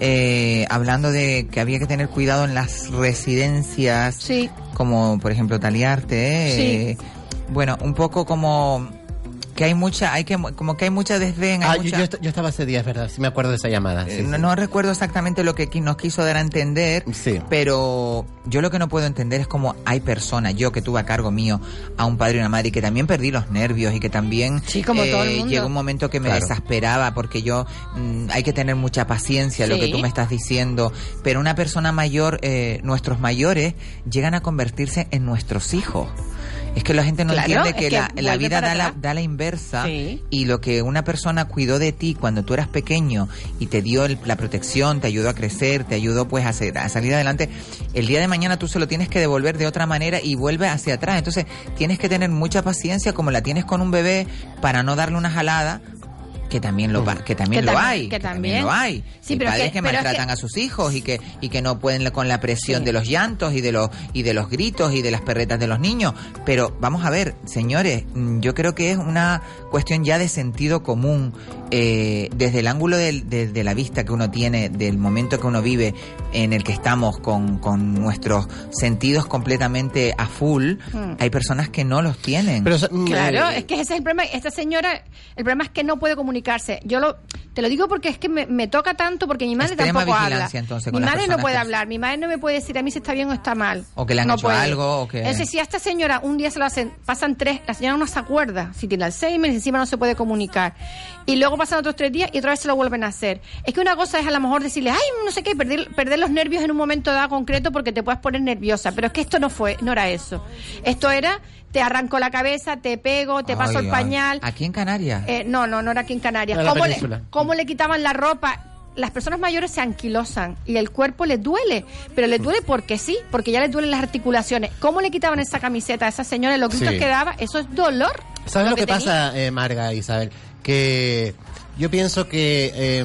eh, hablando de que había que tener cuidado en las residencias, Sí. como por ejemplo Taliarte, eh, bueno, un poco como que hay mucha, hay que, como que hay mucha desdén, hay ah, yo, mucha- yo, est- yo estaba ese día, es verdad, sí me acuerdo de esa llamada. sí, Eh, sí. no, no recuerdo exactamente lo que qui- nos quiso dar a entender, Sí. pero yo lo que no puedo entender es cómo hay personas, yo que tuve a cargo mío a un padre y una madre y que también perdí los nervios y que también Sí, como todo el mundo. llegó un momento que me Claro. desesperaba porque yo mm, hay que tener mucha paciencia, lo Sí. que tú me estás diciendo, pero una persona mayor, eh, nuestros mayores llegan a convertirse en nuestros hijos. Es que la gente no Claro, entiende es que, que la, la vuelve vida para da la, atrás. da la inversa Sí. y lo que una persona cuidó de ti cuando tú eras pequeño y te dio el- la protección, te ayudó a crecer, te ayudó pues a, ser- a salir adelante, el día de mañana tú se lo tienes que devolver de otra manera y vuelve hacia atrás. Entonces tienes que tener mucha paciencia como la tienes con un bebé para no darle una jalada. Que también lo va- que también Que lo también- hay, que también también. lo hay. Sí, Hay pero es padres que- que, pero es maltratan que- a sus hijos y que y que no pueden con la presión Sí. de los llantos y de los y de los gritos y de las perretas de los niños. Pero vamos a ver, señores, mm, yo creo que es una cuestión ya de sentido común eh, desde el ángulo del- de, de la vista que uno tiene, del momento que uno vive, en el que estamos con, con nuestros sentidos completamente a full. Mm. Hay personas que no los tienen. Pero, mm, Claro, eh, es que ese es el problema. Esta señora, el problema es que no puede comunicarse. Yo lo, te lo digo porque es que me, me toca tanto, porque mi madre Extrema tampoco habla. vigilancia, entonces, Mi con las madre no personas puede que- hablar, mi madre no me puede decir a mí si está bien o está mal. O que le han No hecho puede. algo, o que- Entonces, si a esta señora un día se lo hacen, pasan tres, la señora no se acuerda si tiene Alzheimer, y encima no se puede comunicar. Y luego pasan otros tres días y otra vez se lo vuelven a hacer. Es que una cosa es a lo mejor decirle, ay, no sé qué, perder, perder los nervios en un momento dado concreto porque te puedes poner nerviosa. Pero es que esto no fue, no era eso. Esto era, te arranco la cabeza, te pego, te paso Ay, el ay. pañal. Aquí en Canarias. Eh, no, no, no era aquí en Canarias. En la ¿Cómo le, península. cómo le quitaban la ropa? Las personas mayores se anquilosan y el cuerpo les duele, pero les duele porque sí, porque ya les duelen las articulaciones. ¿Cómo le quitaban esa camiseta a esa señora? Los gritos Sí. que daba, eso es dolor. ¿Sabes lo que, tenía. pasa, eh, Marga, Isabel? Que yo pienso que eh,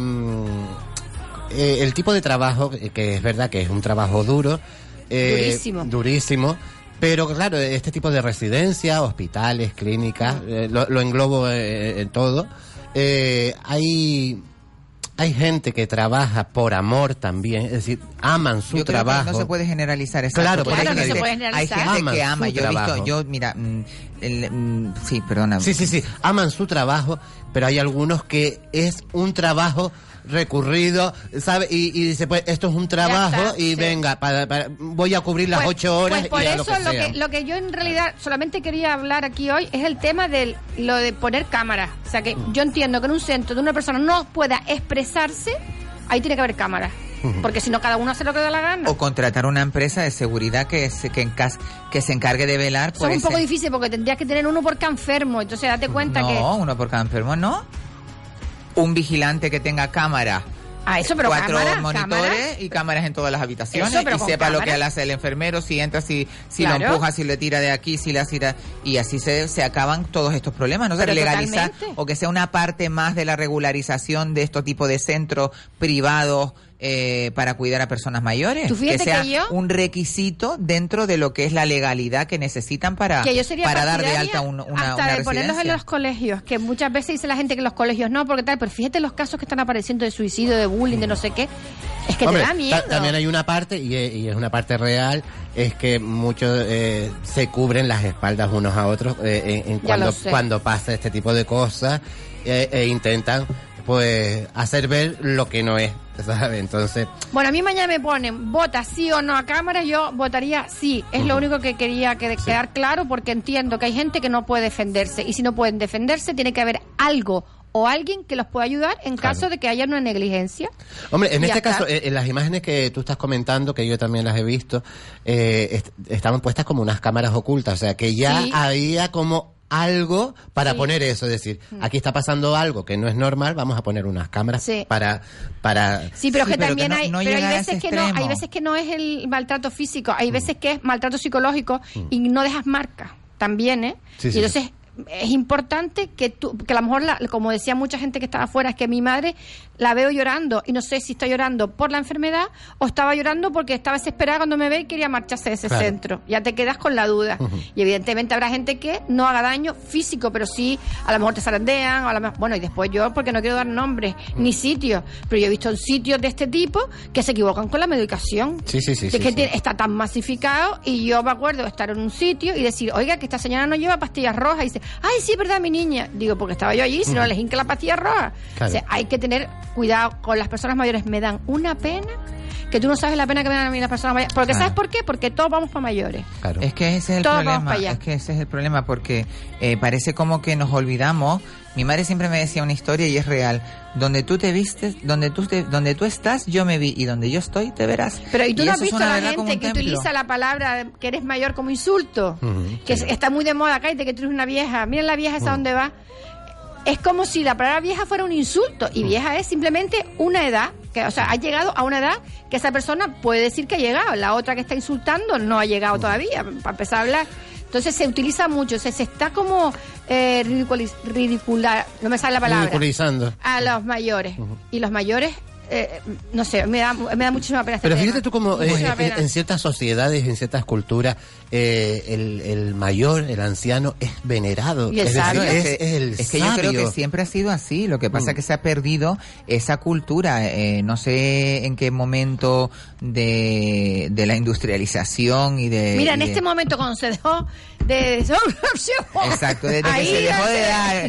eh, el tipo de trabajo, eh, que es verdad que es un trabajo duro, eh, Durísimo. durísimo, pero claro, este tipo de residencias, hospitales, clínicas, eh, lo, lo englobo eh, en todo, eh, hay... Hay hay gente que trabaja por amor también, es decir, aman su yo creo trabajo. Que no se puede generalizar eso. Claro, claro por que eso se puede Hay generalizar. gente Aman que ama. su Yo he visto, trabajo. yo, mira, mm, el, mm, sí, perdona. Sí, sí, sí, aman su trabajo, pero hay algunos que es un trabajo recurrido, ¿sabe? Y, y dice, pues esto es un trabajo está, y sí. venga, para, para, voy a cubrir las Pues- ocho horas pues por y a eso lo que lo sea. que, lo que yo en realidad solamente quería hablar aquí hoy es el tema de lo de poner cámaras. O sea que yo entiendo que en un centro de una persona no pueda expresarse, ahí tiene que haber cámaras. Porque si no, cada uno hace lo que da la gana. O contratar una empresa de seguridad que se, que, en cas, que se encargue de velar Eso por es un ese... poco difícil porque tendrías que tener uno por cada enfermo. Entonces date cuenta no, que... uno por cada enfermo, no. Un vigilante que tenga cámara. Ah, eso, pero cuatro cámara, monitores cámara. y cámaras en todas las habitaciones. Eso, pero y con sepa lo cámara. que hace el enfermero, si entra, si, si Claro. lo empuja, si le tira de aquí, si le tira... Y así se, se acaban todos estos problemas, ¿no? Se Pero legaliza totalmente. o que sea una parte más de la regularización de estos tipos de centros privados eh, para cuidar a personas mayores. Tú fíjate que sea que yo- un requisito dentro de lo que es la legalidad que necesitan para, Que yo sería para dar de partidaria alta un- una, hasta una de ponerlos en residencia. los colegios, que muchas veces dice la gente que los colegios no, porque tal, pero fíjate los casos que están apareciendo de suicidio, de bullying, de no sé qué, es que Hombre, te da miedo. ta- también hay una parte, y es, y es una parte real, es que muchos eh, se cubren las espaldas unos a otros eh, en, en Ya cuando, lo sé. cuando pasa este tipo de cosas eh, e intentan pues hacer ver lo que no es, ¿sabes? Entonces, Bueno, a mí mañana me ponen, vota sí o no a cámara, yo votaría sí. Es lo único que quería que quedar claro, porque entiendo que hay gente que no puede defenderse, y si no pueden defenderse, tiene que haber algo o alguien que los pueda ayudar en Claro. caso de que haya una negligencia. hombre, en Ya este está. caso, eh, en las imágenes que tú estás comentando, que yo también las he visto, eh, est- estaban puestas como unas cámaras ocultas, o sea, que ya Sí. había como algo para Sí. Mm. poner eso, es decir, aquí está pasando algo que no es normal, vamos a poner unas cámaras Sí. para para Sí, pero Sí, que pero también que no- hay, no pero hay llegar a veces ese que no, hay extremo. veces que no es el maltrato físico, hay veces que es maltrato psicológico y no dejas marca también, ¿eh? Sí, y sí. entonces es importante que tú, que a lo mejor, la- como decía mucha gente que estaba afuera, es que mi madre la veo llorando y no sé si está llorando por la enfermedad o estaba llorando porque estaba desesperada cuando me ve y quería marcharse de ese Claro. centro. Ya te quedas con la duda. Y evidentemente habrá gente que no haga daño físico, pero sí, a lo mejor te zarandean, o a lo mejor, bueno, y después yo, porque no quiero dar nombres ni sitios, pero yo he visto sitios de este tipo que se equivocan con la medicación. Sí, sí, sí, Es sí, que sí. tiene- está tan masificado y yo me acuerdo de estar en un sitio y decir, oiga, que esta señora no lleva pastillas rojas. Y dice, ay, sí, es verdad, mi niña. Digo, porque estaba yo allí, si no les hinca la pastilla roja. Claro. O sea, hay que tener cuidado con las personas mayores. Me dan una pena que tú no sabes la pena que me dan a mí las personas mayores. Porque Claro. ¿sabes por qué? Porque todos vamos para mayores. claro. Es que ese es el Todos vamos problema, para allá. es que ese es el problema porque eh, parece como que nos olvidamos. Mi madre siempre me decía una historia y es real. Donde tú te vistes, donde tú te, donde tú estás, yo me vi y donde yo estoy, te verás. Pero ¿y tú no has eso es visto una a la verdad como gente un que templo. utiliza la palabra que eres mayor como insulto? Ujú, que sí. es- está muy de moda, cállate que tú eres una vieja. Mira la vieja esa dónde va. Es como si la palabra vieja fuera un insulto y vieja es simplemente una edad, que, o sea, ha llegado a una edad que esa persona puede decir que ha llegado, la otra que está insultando no ha llegado todavía, para empezar a hablar. Entonces se utiliza mucho, se, se está como eh, ridiculiz- ridicular, no me sale la palabra, Ridiculizando. a los mayores. Y los mayores, eh, no sé, me da, me da muchísima pena este Pero tema. fíjate tú como eh, Muchísima en, pena. en ciertas sociedades, en ciertas culturas, eh, el, el mayor, el anciano, es venerado. Y el es decir, sabio. es, es, que, es el es que yo creo sabio. que siempre ha sido así. Lo que pasa Mm. es que se ha perdido esa cultura. Eh, no sé en qué momento de, de la industrialización y de... Mira, y en de- este momento cuando se dejó de... Exacto, desde que Ahí se dejó ya de se-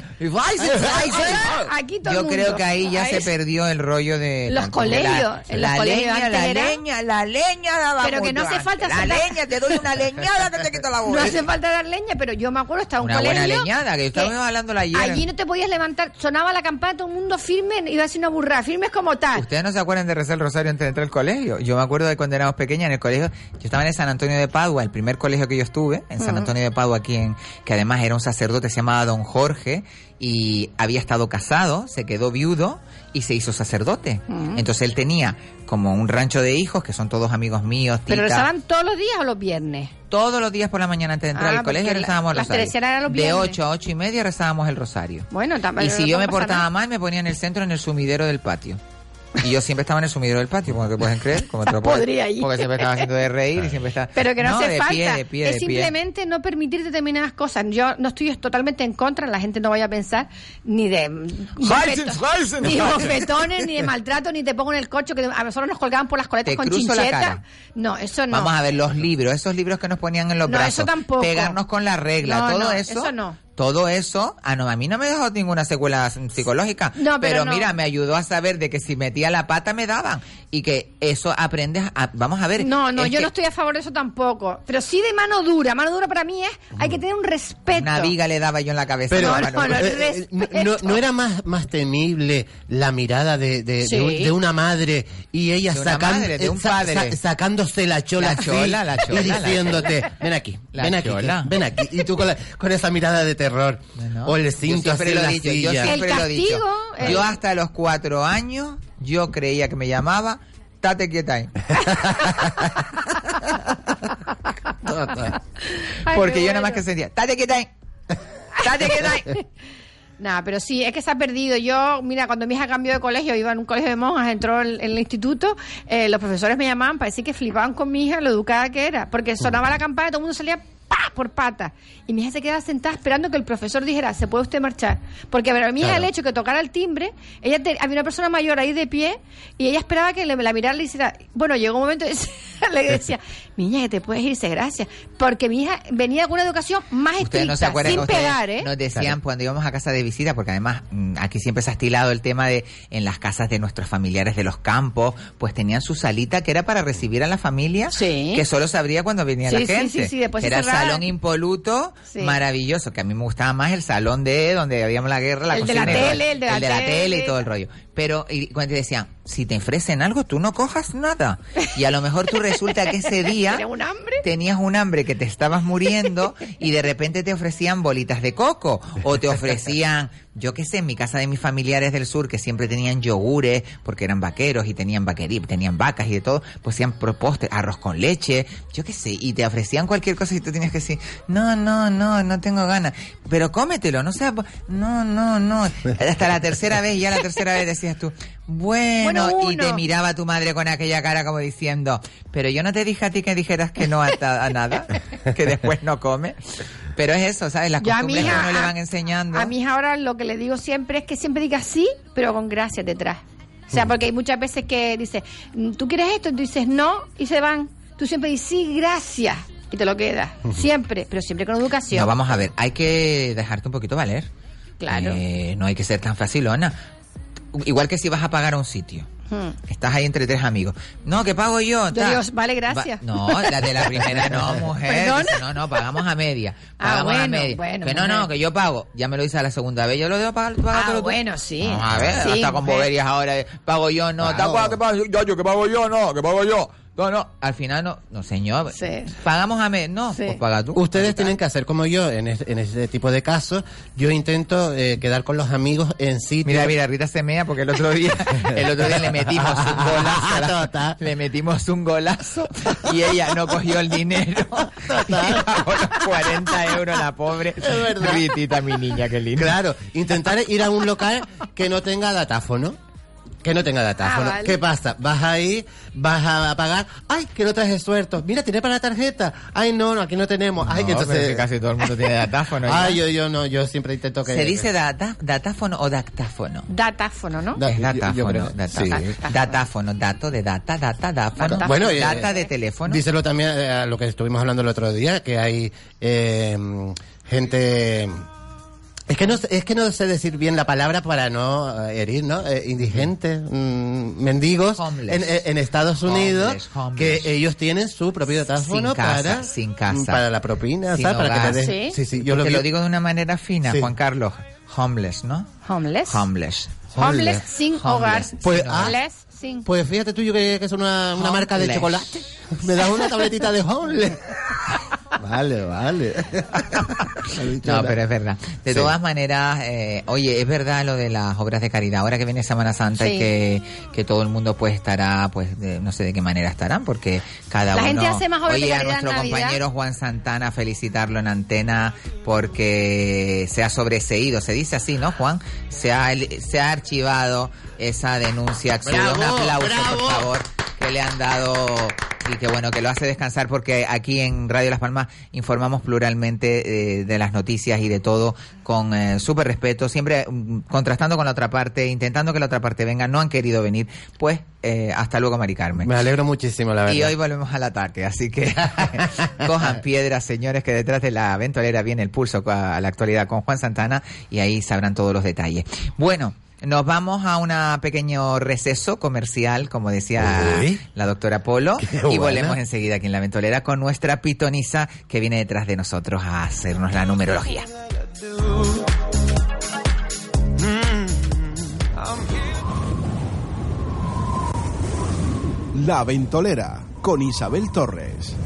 dar... Aquí todo Yo el creo mundo. que ahí ya se se perdió el rollo de... Los tanto de colegios, La, en los la colegios leña, antes la era- leña, la leña daba Pero que no mucho hace falta antes. La hacer la- leña, te doy una leñada que te quito la voz. No hace falta dar leña, pero yo me acuerdo, estaba en un Una buena colegio... leñada, que estábamos hablando ayer. Allí no te podías levantar, sonaba la campana, todo el mundo firme, iba a decir una burrada, firmes como tal. ¿Ustedes no se acuerdan de rezar el rosario antes de entrar al colegio? Yo me acuerdo de cuando éramos pequeñas en el colegio. Yo estaba en el San Antonio de Padua, el primer colegio que yo estuve, en San Ujú. Antonio de Padua, aquí en, que además era un sacerdote, se llamaba Don Jorge, y había estado casado, se quedó viudo y se hizo sacerdote. Ujú. Entonces él tenía como un rancho de hijos, que son todos amigos míos, Pero tica. rezaban todos los días o los viernes. Todos los días por la mañana antes de entrar Ah, al colegio porque rezábamos el la- las rosario. teresianas eran los De viernes. ocho a ocho y media rezábamos el rosario. Bueno, también. Y si yo me portaba mal, me ponía en el centro, en el sumidero del patio. Y yo siempre estaba en el sumidero del patio, como te pueden creer. Como te lo puedes, Podría ir. Porque siempre estaba haciendo de reír y siempre estaba... Pero que no, hace de falta. Pie, de pie, es de pie. simplemente no permitir determinadas cosas. Yo no estoy totalmente en contra, la gente no vaya a pensar ni de Heisen's, Heisen's. ni de bofetones, ni de maltrato, ni te pongo en el coche, que a nosotros nos colgaban por las coletas Te con cruzo la chincheta. cara. No, eso no. Vamos a ver los libros, esos libros que nos ponían en los No, brazos. eso tampoco. Pegarnos con la regla, No, todo no, eso. eso no. Todo eso, ah, no, a mí no me dejó ninguna secuela psicológica, No, pero no. mira, me ayudó a saber de que si metía la pata me daban y que eso aprendes, a, vamos a ver. No, no, es yo que no estoy a favor de eso tampoco. Pero sí de mano dura. Mano dura para mí es, hay que tener un respeto. Una viga le daba yo en la cabeza. Pero No, mano. no, no, eh, eh, no, no- no era más, más temible la mirada de, de, Sí. de, un- de una madre y ella De una sacan- madre, de un eh, sa- padre. sa- sacándose la chola, La chola, así la chola, y la diciéndote, ven aquí, La ven aquí, chola. ven aquí. Y tú con, la- con esa mirada de terror. No, O el yo cinto así siempre en lo la he dicho, yo silla. siempre El lo he dicho. castigo, el- Yo hasta los cuatro años, yo creía que me llamaba Tate quieta ahí. Ay, Porque qué yo nada más bueno. que sentía, Tate quieta ahí. Tate quieta ahí. Nah, pero sí, es que se ha perdido. Yo, mira, cuando mi hija cambió de colegio, iba en un colegio de monjas, entró en, en el instituto, eh, los profesores me llamaban para decir que flipaban con mi hija lo educada que era, porque sonaba la campana y todo el mundo salía ¡pah! Por pata. Y mi hija se quedaba sentada esperando que el profesor dijera, se puede usted marchar. Porque a ver, a mi hija Claro. el hecho que tocara el timbre, ella te- había una persona mayor ahí de pie y ella esperaba que le, la mirara y le hiciera... Bueno, llegó un momento y le decía, niña, que te puedes irse, gracias. Porque mi hija venía con una educación más Ustedes estricta, no se acuerdan sin que ustedes pegar, ¿eh? nos decían Claro. cuando íbamos a casa de visita, porque además mm, aquí siempre se ha estilado el tema de en las casas de nuestros familiares de los campos, pues tenían su salita que era para recibir a la familia, Sí. que solo se abría cuando venía Sí, la sí, gente. sí, sí, después que se era el cerraba. salón impoluto, Sí. maravilloso, que a mí me gustaba más el salón de donde habíamos la guerra, la El de la cocina y todo. tele, el de la tele tele. y todo el rollo. Pero y cuando te decían, si te ofrecen algo, tú no cojas nada. Y a lo mejor tú resulta que ese día ¿Tienes un hambre? tenías un hambre que te estabas muriendo y de repente te ofrecían bolitas de coco o te ofrecían, yo qué sé, en mi casa de mis familiares del sur que siempre tenían yogures porque eran vaqueros y tenían vaquerí, tenían vacas y de todo, pues hacían postres, arroz con leche, yo qué sé, y te ofrecían cualquier cosa y tú tenías que decir, no, no, no, no tengo ganas, pero cómetelo, no sea, no, no, no, hasta la tercera vez, ya la tercera vez decías tú, bueno, Bueno, y te uno. miraba tu madre con aquella cara como diciendo, pero yo no te dije a ti que dijeras que no a, ta- a nada, que después no come. Pero es eso, ¿sabes? Las Yo a mi costumbres que hija- uno le a- van enseñando. A mi hija ahora lo que le digo siempre es que siempre diga sí, pero con gracias detrás. O Mm. sea, porque hay muchas veces que dice, ¿tú quieres esto? Y tú dices no y se van. Tú siempre dices sí, gracias. Y te lo quedas. Siempre, pero siempre con educación. No, vamos a ver, hay que dejarte un poquito valer. Claro. Eh, no hay que ser tan facilona. Igual que si vas a pagar a un sitio. Hmm. Estás ahí entre tres amigos. No, que pago yo. Yo ta. digo, vale, gracias. Va- no, la de la primera no, mujer. ¿Perdona? Dice, no, no, pagamos a media. Ah, Pagamos a bueno, media. bueno, que no, no, mujer. que yo pago. Ya me lo hice a la segunda vez. Yo lo debo pagar. págatelo Ah, tú. bueno, sí. Vamos a ver, Sí, hasta con mujer. boberías ahora. de, Pago yo, no. ¿Te Claro. acuerdas que pago yo? Yo, que pago yo, no, que pago yo. No, no. Al final no. No, señor. Sí. Pagamos a media. No, Sí. pues paga tú. Ustedes Ahorita. tienen que hacer como yo en, es- en ese tipo de casos. Yo intento eh, quedar con los amigos en sitios. Mira, mira, Rita se mea porque el otro día, el otro día le metimos un golazo, a la- Total. le metimos un golazo y ella no cogió el dinero y pagó los cuarenta euros la pobre. Es verdad. Ritita, mi niña, qué linda. Claro, intentar ir a un local que no tenga datáfono. Que no tenga datáfono. Ah, vale. ¿Qué pasa? Vas ahí, vas a pagar. ¡Ay, que no traje suelto! Mira, ¿tiene para la tarjeta? ¡Ay, no, no, aquí no tenemos! ¡Ay, No, que entonces... pero es que casi todo el mundo tiene datáfono. ya. Ay, yo, yo no, yo siempre intento que... ¿Se dice data, datáfono o dactáfono? Datáfono, ¿no? Da- Es yo- yo datáfono, creo- datáfono. sí. Datáfono, dato de data, data, dáfono. Datáfono. Bueno, eh, data de teléfono. Díselo también eh, a lo que estuvimos hablando el otro día, que hay eh, gente... Es que no sé- es que no sé decir bien la palabra para no eh, herir, ¿no? Eh, indigentes, mm, mendigos Homeless. en, en- en Estados Unidos, Homeless, homeless. que ellos tienen su propio datáfono Sin casa, para sin casa. para la propina, Sin ¿sabes? Para que hogar. te den- Sí. sí, sí, yo lo Te vi- lo digo de una manera fina, Sí. Juan Carlos. Homeless, ¿no? Homeless. Homeless. Homeless sin hogar. Homeless. Pues, Sin ah, Homeless sin... Pues fíjate tú, yo que, que es una, una marca de Homeless. chocolate. Me das una tabletita de homeless. Vale, vale. No, pero es verdad. De Sí. todas maneras, eh, oye, es verdad lo de las obras de caridad. Ahora que viene Semana Santa Sí. y que, que todo el mundo pues estará, pues de- no sé de qué manera estarán, porque cada La uno... gente hace más obras de Oye, a caridad en nuestro Navidad. compañero Juan Santana, felicitarlo en antena porque se ha sobreseído, se dice así, ¿no, Juan? Se ha, se ha archivado esa denuncia. Bravo, Un aplauso, bravo. por favor, que le han dado... Y que bueno, que lo hace descansar porque aquí en Radio Las Palmas informamos pluralmente eh, de las noticias y de todo con eh, súper respeto, siempre mm, contrastando con la otra parte, intentando que la otra parte venga. No han querido venir, pues eh, hasta luego, Mari Carmen. Me alegro muchísimo, la verdad. Y hoy volvemos al ataque, así que cojan piedras, señores, que detrás de la ventolera viene el pulso a la actualidad con Juan Santana y ahí sabrán todos los detalles. Bueno, nos vamos a un pequeño receso comercial, como decía Uy. la doctora Polo, Qué y buena. volvemos enseguida aquí en la ventolera con nuestra pitonisa que viene detrás de nosotros a hacernos la numerología. La Ventolera con Isabel Torres.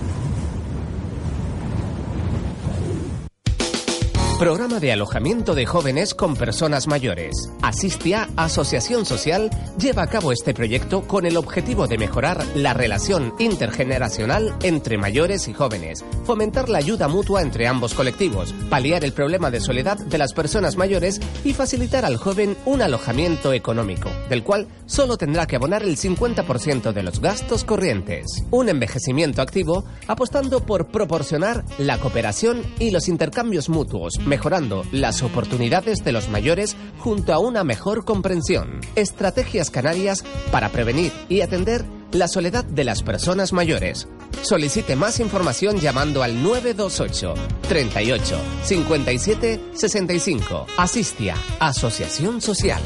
Programa de alojamiento de jóvenes con personas mayores. Asistia, Asociación Social, lleva a cabo este proyecto con el objetivo de mejorar la relación intergeneracional entre mayores y jóvenes, fomentar la ayuda mutua entre ambos colectivos, paliar el problema de soledad de las personas mayores y facilitar al joven un alojamiento económico, del cual solo tendrá que abonar el cincuenta por ciento de los gastos corrientes. Un envejecimiento activo apostando por proporcionar la cooperación y los intercambios mutuos, mejorando las oportunidades de los mayores junto a una mejor comprensión. Estrategias canarias para prevenir y atender la soledad de las personas mayores. Solicite más información llamando al nueve dos ocho, treinta y ocho, cincuenta y siete, sesenta y cinco. Asistia, Asociación Social.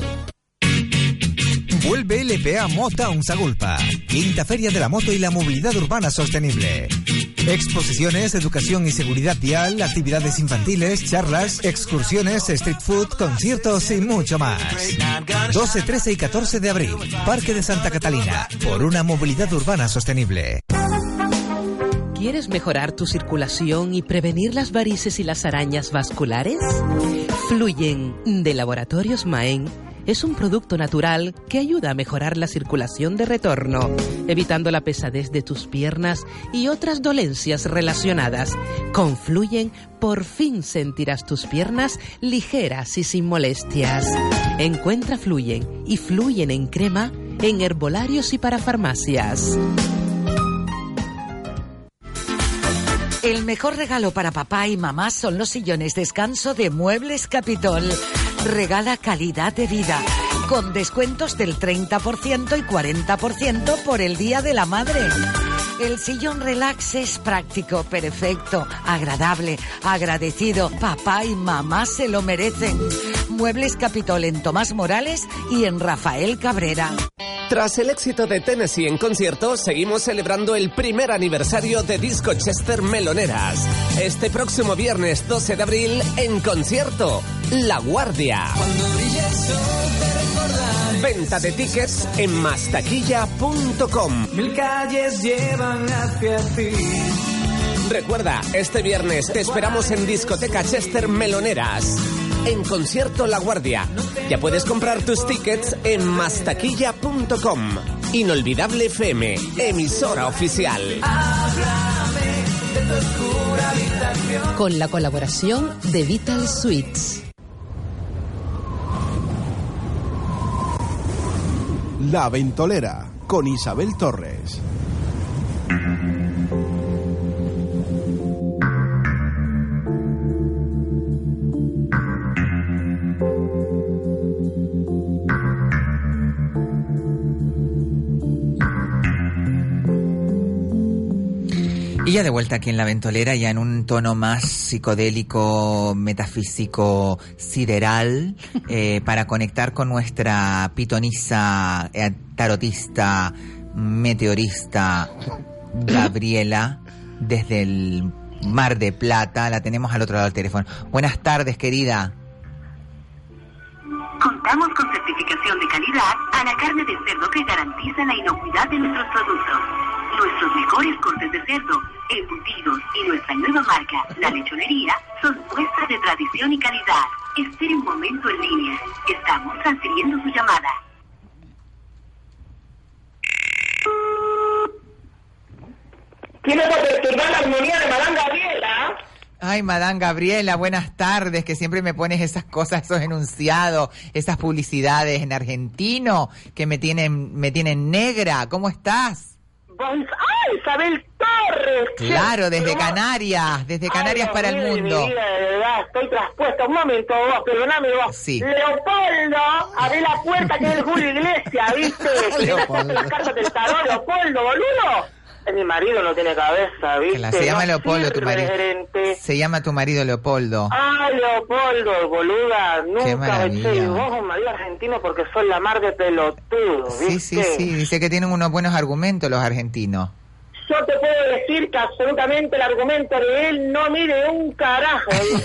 Vuelve L P A Motown Sagulpa, quinta feria de la moto y la movilidad urbana sostenible. Exposiciones, educación y seguridad vial, actividades infantiles, charlas, excursiones, street food, conciertos y mucho más. doce, trece y catorce de abril, Parque de Santa Catalina, por una movilidad urbana sostenible. ¿Quieres mejorar tu circulación y prevenir las varices y las arañas vasculares? Fluyen de Laboratorios Maen. Es un producto natural que ayuda a mejorar la circulación de retorno, evitando la pesadez de tus piernas y otras dolencias relacionadas. Con Fluyen, por fin sentirás tus piernas ligeras y sin molestias. Encuentra Fluyen y Fluyen en crema en herbolarios y para farmacias. El mejor regalo para papá y mamá son los sillones descanso de Muebles Capitol. Regala calidad de vida, con descuentos del treinta por ciento y cuarenta por ciento por el Día de la Madre. El sillón relax es práctico, perfecto, agradable, agradecido. Papá y mamá se lo merecen. Muebles Capitol en Tomás Morales y en Rafael Cabrera. Tras el éxito de Tennessee en concierto, seguimos celebrando el primer aniversario de Disco Chester Meloneras. Este próximo viernes doce de abril, en concierto, La Guardia. Venta de tickets en mastaquilla punto com. Mil calles llevan hacia ti. Recuerda, este viernes te esperamos en Discoteca Chester Meloneras. En concierto La Guardia. Ya puedes comprar tus tickets en mastaquilla punto com. Inolvidable F M, emisora oficial. Con la colaboración de Vital Suites. La Ventolera con Isabel Torres. Y ya de vuelta aquí en La Ventolera, ya en un tono más psicodélico, metafísico, sideral, eh, para conectar con nuestra pitonisa, eh, tarotista, meteorista, Gabriela, desde el Mar de Plata. La tenemos al otro lado del teléfono. Buenas tardes, querida. Contamos con certificación de calidad a la carne de cerdo que garantiza la inocuidad de nuestros productos. Nuestros mejores cortes de cerdo, embutidos y nuestra nueva marca, La Lechonería, son muestras de tradición y calidad. Espere un momento en línea. Estamos transfiriendo su llamada. ¿Tiene que perturbar la armonía de Madame Gabriela? Ay, Madame Gabriela, buenas tardes, que siempre me pones esas cosas, esos enunciados, esas publicidades en argentino que me tienen, me tienen negra. ¿Cómo estás? ¡Ay, Isabel Torres! Claro, desde Canarias, desde Canarias Ay, para el mire, mundo. mi vida, de verdad, estoy traspuesta. Un momento, vos, perdóname vos. Sí. Leopoldo, abre la puerta que es el Julio Iglesias, ¿viste? Que le sacaste las cartas del tarot, Leopoldo, boludo. Mi marido no tiene cabeza, ¿viste? Claro, se llama no Leopoldo, tu marido. Gerente. Se llama tu marido Leopoldo. Ay, Leopoldo, boluda, Qué nunca me eché maravilla. vos un marido argentino porque soy la mar de pelotudo, ¿viste? Sí, sí, sí, dice que tienen unos buenos argumentos los argentinos. Yo te puedo decir que absolutamente el argumento de él no mide un carajo,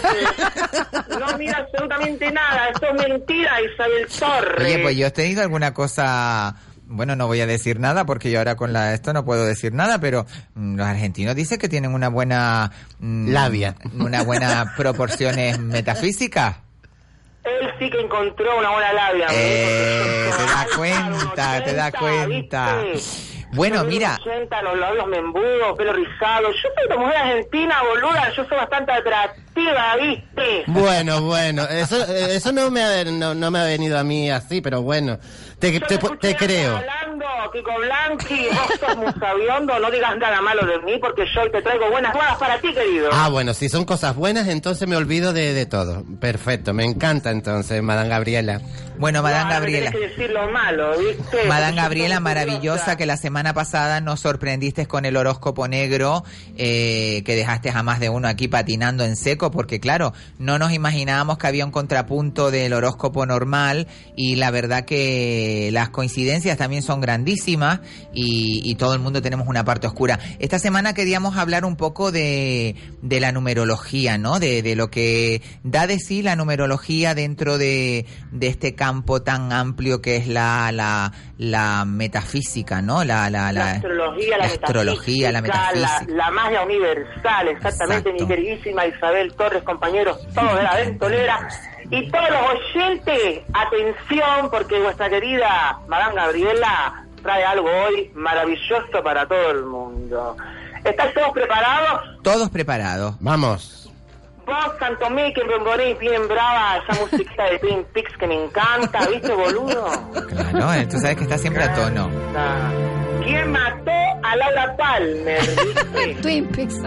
¿viste? No mide absolutamente nada, eso es mentira, Isabel Torres. Oye, pues yo he tenido alguna cosa... Bueno, no voy a decir nada porque yo ahora con la esto no puedo decir nada, pero mm, los argentinos dicen que tienen una buena... Mm, labia. Una buena proporciones metafísicas. Él sí que encontró una buena labia. Eh, te das cuenta, te das cuenta. ¿Viste? Bueno, Yo mira... ochenta, los labios membudos, pelo rizado. Yo soy una mujer argentina, boluda. Yo soy bastante atractiva, ¿viste? Bueno, bueno, eso eso no me ha, no, no me ha venido a mí así, pero bueno, te, Yo te, escuché te creo. hablando, Kiko Blanqui, vos sos musabiondo, no digas nada malo de mí porque yo te traigo buenas nuevas para ti, querido. Ah, bueno, si son cosas buenas, entonces me olvido de, de todo. Perfecto, me encanta entonces, Madame Gabriela. Bueno, Madame No, Gabriela. No, tenés que decir lo malo, ¿viste? Madame Porque Gabriela, yo soy maravillosa, curiosa. que la semana pasada nos sorprendiste con el horóscopo negro, eh, que dejaste a más de uno aquí patinando en seco, porque claro, no nos imaginábamos que había un contrapunto del horóscopo normal, y la verdad que las coincidencias también son grandísimas, y, y todo el mundo tenemos una parte oscura. Esta semana queríamos hablar un poco de, de la numerología, ¿no? De, de lo que da de sí la numerología dentro de, de este campo tan amplio que es la, la, la metafísica, ¿no? La, la, la, La astrología, la, la astrología, la metafísica, metafísica. La, la magia universal, exactamente, Exacto. mi queridísima Isabel Torres, compañeros, todos de la ventolera. Y todos los oyentes, atención, porque vuestra querida Madame Gabriela trae algo hoy maravilloso para todo el mundo. ¿Están todos preparados? Todos preparados. Vamos. Vos, tanto mí, que me ponéis bien brava esa musiquita de Twin Peaks que me encanta, ¿viste, boludo? Claro, eh, tú sabes que está siempre a tono. ¿Quién mató a Laura Palmer? ¿Viste? Twin Peaks.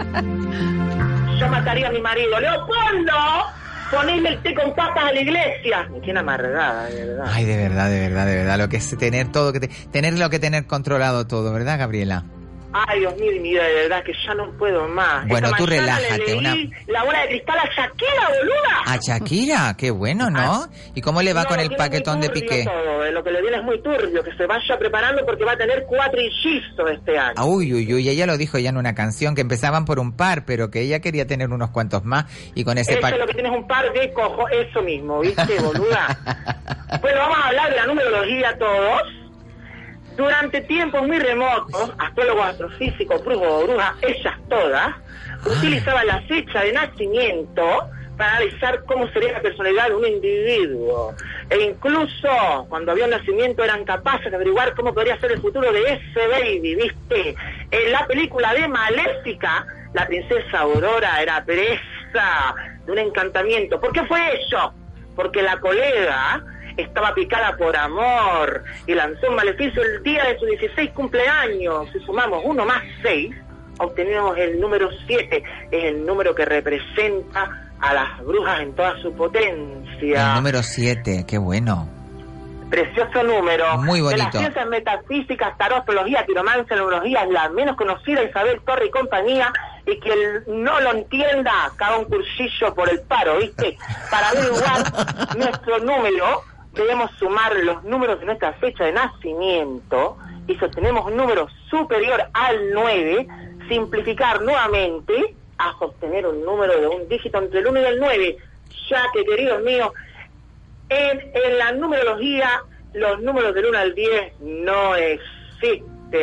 Yo mataría a mi marido. ¡Leopoldo! Ponedle el té con papas a la iglesia. Me tiene amargada, de verdad. Ay, de verdad, de verdad, de verdad. Lo que es tener todo, que te, tener lo que tener controlado todo, ¿verdad, Gabriela? Ay, Dios mío, de mi vida, de verdad que ya no puedo más. Bueno, Esta tú mañana relájate, le leí una- la bola de cristal a Shakira, boluda. A Shakira, qué bueno, ¿no? ¿Y cómo le va No, con lo el tiene paquetón muy de turbio Piqué? todo, eh, lo que le viene es muy turbio, que se vaya preparando porque va a tener cuatro hijizos este año. Ah, Uy, uy, uy, ella lo dijo ya en una canción, que empezaban por un par, pero que ella quería tener unos cuantos más, y con ese Eso paquete... es lo que tienes un par de cojo, eso mismo, ¿viste, boluda? Bueno, vamos a hablar de la numerología todos. Durante tiempos muy remotos, astrólogos, astrofísicos, brujos o brujas, ellas todas, utilizaban la fecha de nacimiento para analizar cómo sería la personalidad de un individuo. E incluso, cuando había un nacimiento, eran capaces de averiguar cómo podría ser el futuro de ese baby, ¿viste? En la película de Maléfica, la princesa Aurora era presa de un encantamiento. ¿Por qué fue eso? Porque la colega estaba picada por amor y lanzó un maleficio el día de su dieciséis cumpleaños. Si sumamos uno más seis, obtenemos el número siete. Es el número que representa a las brujas en toda su potencia. El número siete, qué bueno. Precioso número. Muy bonito. De las ciencias metafísicas, tarot, astrología, quiromancia, numerología, es la menos conocida, Isabel Torre y compañía, y quien no lo entienda, caga un cursillo por el paro, ¿viste? Para averiguar nuestro número, debemos sumar los números de nuestra fecha de nacimiento, y si obtenemos un número superior al nueve, simplificar nuevamente hasta obtener un número de un dígito entre el uno y el nueve, ya que, queridos míos, en, en la numerología los números del uno al diez no existen.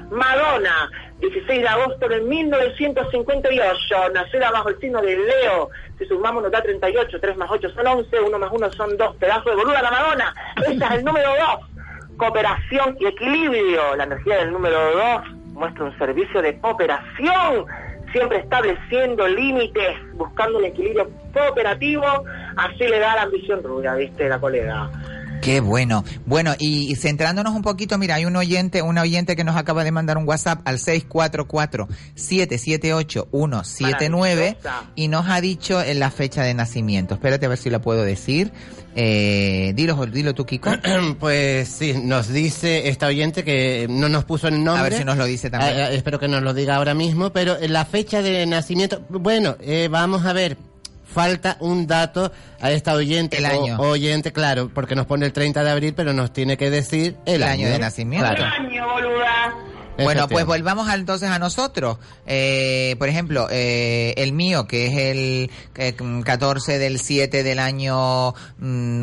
Madonna, dieciséis de agosto de mil novecientos cincuenta y ocho, nacida bajo el signo de Leo. Si sumamos nos da treinta y ocho, tres más ocho son once, uno más uno son dos, pedazo de boluda la Madonna. Ese es el número dos, cooperación y equilibrio. La energía del número dos muestra un servicio de cooperación, siempre estableciendo límites, buscando un equilibrio cooperativo, así le da la ambición rubia, ¿viste, la colega? Qué bueno. Bueno, y, y centrándonos un poquito, mira, hay un oyente, una oyente que nos acaba de mandar un WhatsApp al seis cuatro cuatro, siete siete ocho, uno siete nueve y nos ha dicho en la fecha de nacimiento. Espérate a ver si la puedo decir. Eh, dilo, dilo tú, Kiko. Pues sí, nos dice esta oyente que no nos puso el nombre. A ver si nos lo dice también. Eh, espero que nos lo diga ahora mismo, pero la fecha de nacimiento, bueno, eh, vamos a ver. Falta un dato a esta oyente. El año. O, oyente, claro, porque nos pone el treinta de abril, pero nos tiene que decir el, el año. año de nacimiento. Claro. El año, boluda. Bueno, pues volvamos a, entonces a nosotros. Eh, por ejemplo, eh, el mío, que es el eh, catorce del siete del año mmm,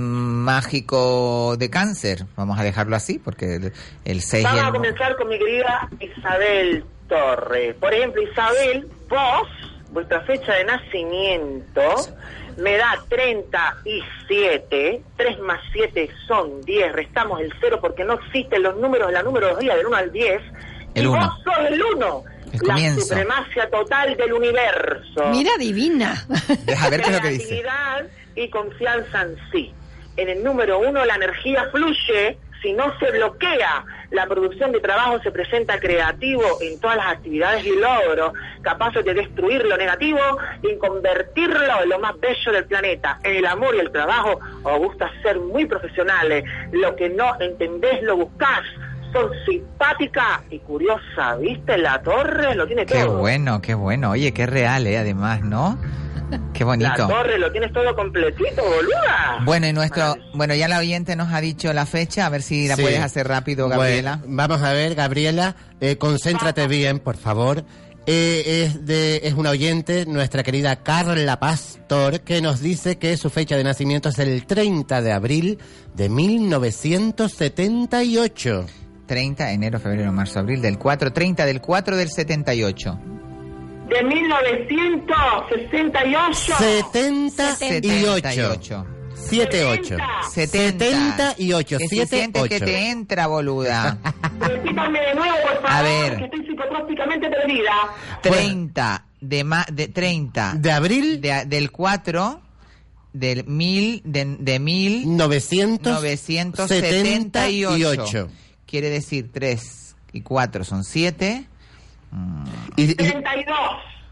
mágico de Cáncer. Vamos a dejarlo así, porque el, el seis Vamos y el... a comenzar con mi querida Isabel Torres. Por ejemplo, Isabel, vos... vuestra fecha de nacimiento me da treinta y siete, tres más siete son diez, restamos el cero porque no existen los números de la numerología del uno al diez, el y uno. vos sos el uno, el la comienzo. Supremacia total del universo. Mira, divina. Deja ver qué es lo que dice. Creatividad y confianza en sí. En el número uno la energía fluye, si no se bloquea, la producción de trabajo se presenta creativo en todas las actividades y logros, capaces de destruir lo negativo y convertirlo en lo más bello del planeta. En el amor y el trabajo os gusta ser muy profesionales, lo que no entendés lo buscás, son simpática y curiosa, ¿viste? La Torre lo tiene todo. Qué bueno, qué bueno. Oye, qué real, ¿eh? Además, ¿no? Qué bonito. La Torre lo tienes todo completito, boluda. Bueno, y nuestro, bueno, ya la oyente nos ha dicho la fecha, a ver si la Sí. puedes hacer rápido, Gabriela. Bueno, vamos a ver, Gabriela, eh, concéntrate bien, por favor. Eh, es de es una oyente, nuestra querida Carla Pastor, que nos dice que su fecha de nacimiento es el treinta de abril de mil novecientos setenta y ocho. treinta, enero, febrero, marzo, abril, del cuatro, treinta del cuatro del setenta y ocho. De mil novecientos sesenta y ocho. setenta y ocho. siete ocho. setenta y ocho. Que se siete siente ocho. que te entra, boluda. Repítame de nuevo, por favor, A ver. que estoy psicotrópicamente perdida. treinta de ma, de treinta de abril de, del cuatro del mil de, de mil novecientos setenta y ocho. setenta y ocho. Quiere decir tres y cuatro son siete. Y, y, treinta y dos.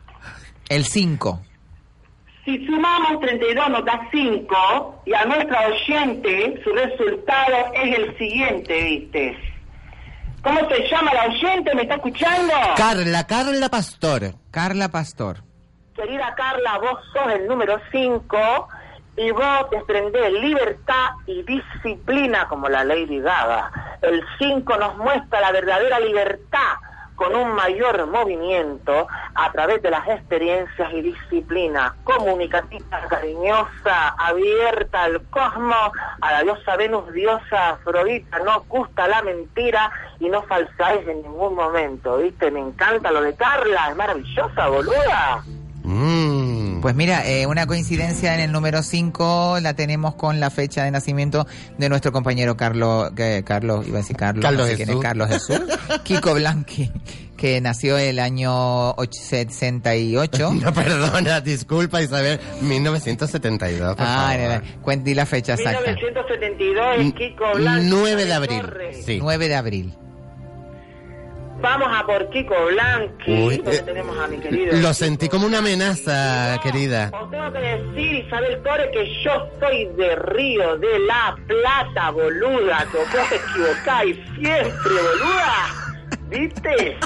El cinco. Si sumamos treinta y dos nos da cinco, y a nuestra oyente su resultado es el siguiente, ¿viste? ¿Cómo se llama la oyente? ¿Me está escuchando? Carla, Carla Pastor. Carla Pastor. Querida Carla, vos sos el número cinco y vos desprendés libertad y disciplina como la Lady Gaga. El cinco nos muestra la verdadera libertad con un mayor movimiento a través de las experiencias y disciplina, comunicativa, cariñosa, abierta al cosmos, a la diosa Venus, diosa Afrodita, no os gusta la mentira y no falsáis en ningún momento, ¿viste? Me encanta lo de Carla, es maravillosa, boluda. Mm. Pues mira, eh, una coincidencia en el número cinco la tenemos con la fecha de nacimiento de nuestro compañero Carlos, que, Carlos, iba a decir Carlos, Carlos no sé quién es, Jesús. Carlos Jesús, Kiko Blanqui, que nació el año sesenta y ocho. No, perdona, disculpa, Isabel, mil novecientos setenta y dos, por Ah, favor. nada, cuéntame la fecha exacta. mil novecientos setenta y dos es Kiko Blanqui. nueve de abril, Torres. sí. nueve de abril. Vamos a por Kiko Blanqui, Uy, donde eh, tenemos a mi querido. Lo Kiko sentí como una Blanqui. amenaza, querida. Os tengo que decir, Isabel Torres, que yo soy de Río de la Plata, boluda, que vos te equivocáis siempre, boluda. ¿Viste?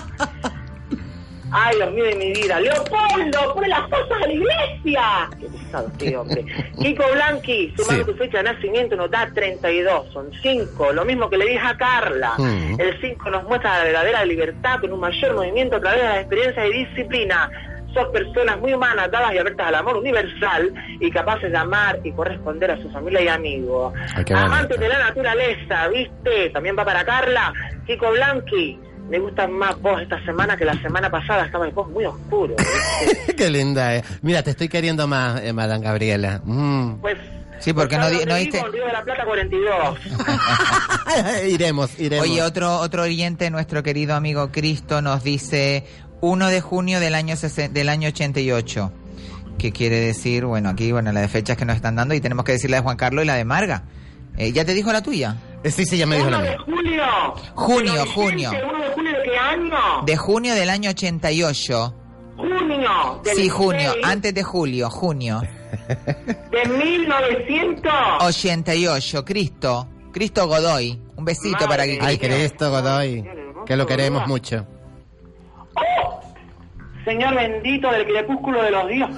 Ay, Dios mío de mi vida. Leopoldo, pone las cosas a la iglesia. Qué pesado este hombre. Kiko Blanqui, sumando Sí. tu fecha de nacimiento, nos da treinta y dos. Son cinco. Lo mismo que le dije a Carla. Mm. El cinco nos muestra la verdadera libertad con un mayor movimiento a través de las experiencias y disciplina. Sos personas muy humanas, dadas y abiertas al amor universal y capaces de amar y corresponder a su familia y amigos. Ay, qué bonito. Amantes de la naturaleza, ¿viste? También va para Carla. Kiko Blanqui, me gustan más vos esta semana que la semana pasada, estabas vos muy oscuro. Qué linda, eh. Mira, te estoy queriendo más, eh, Madame Gabriela. Mm. Pues... Sí, porque no, di, no diste... Río de la Plata cuarenta y dos. iremos, iremos. Oye, otro otro oyente, nuestro querido amigo Cristo, nos dice uno de junio del año sesen- del año ochenta y ocho. ¿Qué quiere decir? Bueno, aquí, bueno, la de fechas que nos están dando y tenemos que decir la de Juan Carlos y la de Marga. Eh, ¿Ya te dijo la tuya? Eh, sí, sí, ya me dijo la mía. uno de julio. Junio, Pero, junio. gente, ¿uno de julio de qué año? De junio del año ochenta y ocho. Junio. Del Sí, junio, seis, antes de julio, junio. de mil novecientos ochenta y ocho, Cristo. Cristo Godoy. Un besito Madre para que... Ay, Cristo Godoy, que lo queremos mucho. ¡Oh! Señor bendito del crepúsculo de los dioses.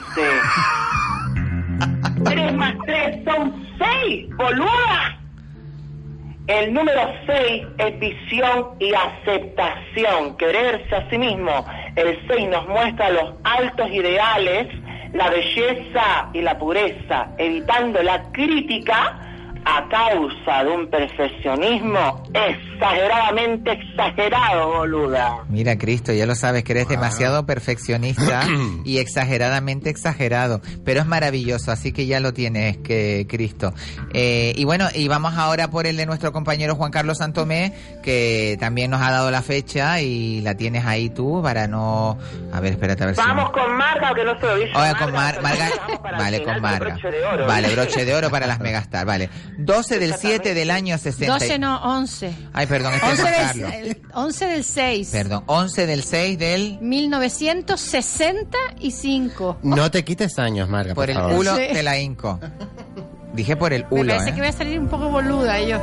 Tres más tres son seis, boluda. El número seis es visión y aceptación, quererse a sí mismo. El seis nos muestra los altos ideales, la belleza y la pureza, evitando la crítica a causa de un perfeccionismo exageradamente exagerado, boluda. Mira, Cristo, ya lo sabes que eres demasiado perfeccionista y exageradamente exagerado, pero es maravilloso, así que ya lo tienes, que Cristo. Eh, y bueno, y vamos ahora por el de nuestro compañero Juan Carlos Santomé, que también nos ha dado la fecha y la tienes ahí tú para no... A ver, espérate a ver si... Vamos con Marga, que no se lo dice. Oye, con Mar- Marga, vale, con Marga. Vale, broche de oro para las Megastar, vale. doce del siete del año sesenta. doce no, once. Ay, perdón, este es once Juan del, Carlos. el- once del seis. Perdón, once del seis del... mil novecientos sesenta y cinco. No te quites años, Marga, por, Por el favor. culo Sí. de la Inco. Dije por el Me culo, parece ¿eh? que voy a salir un poco boluda yo.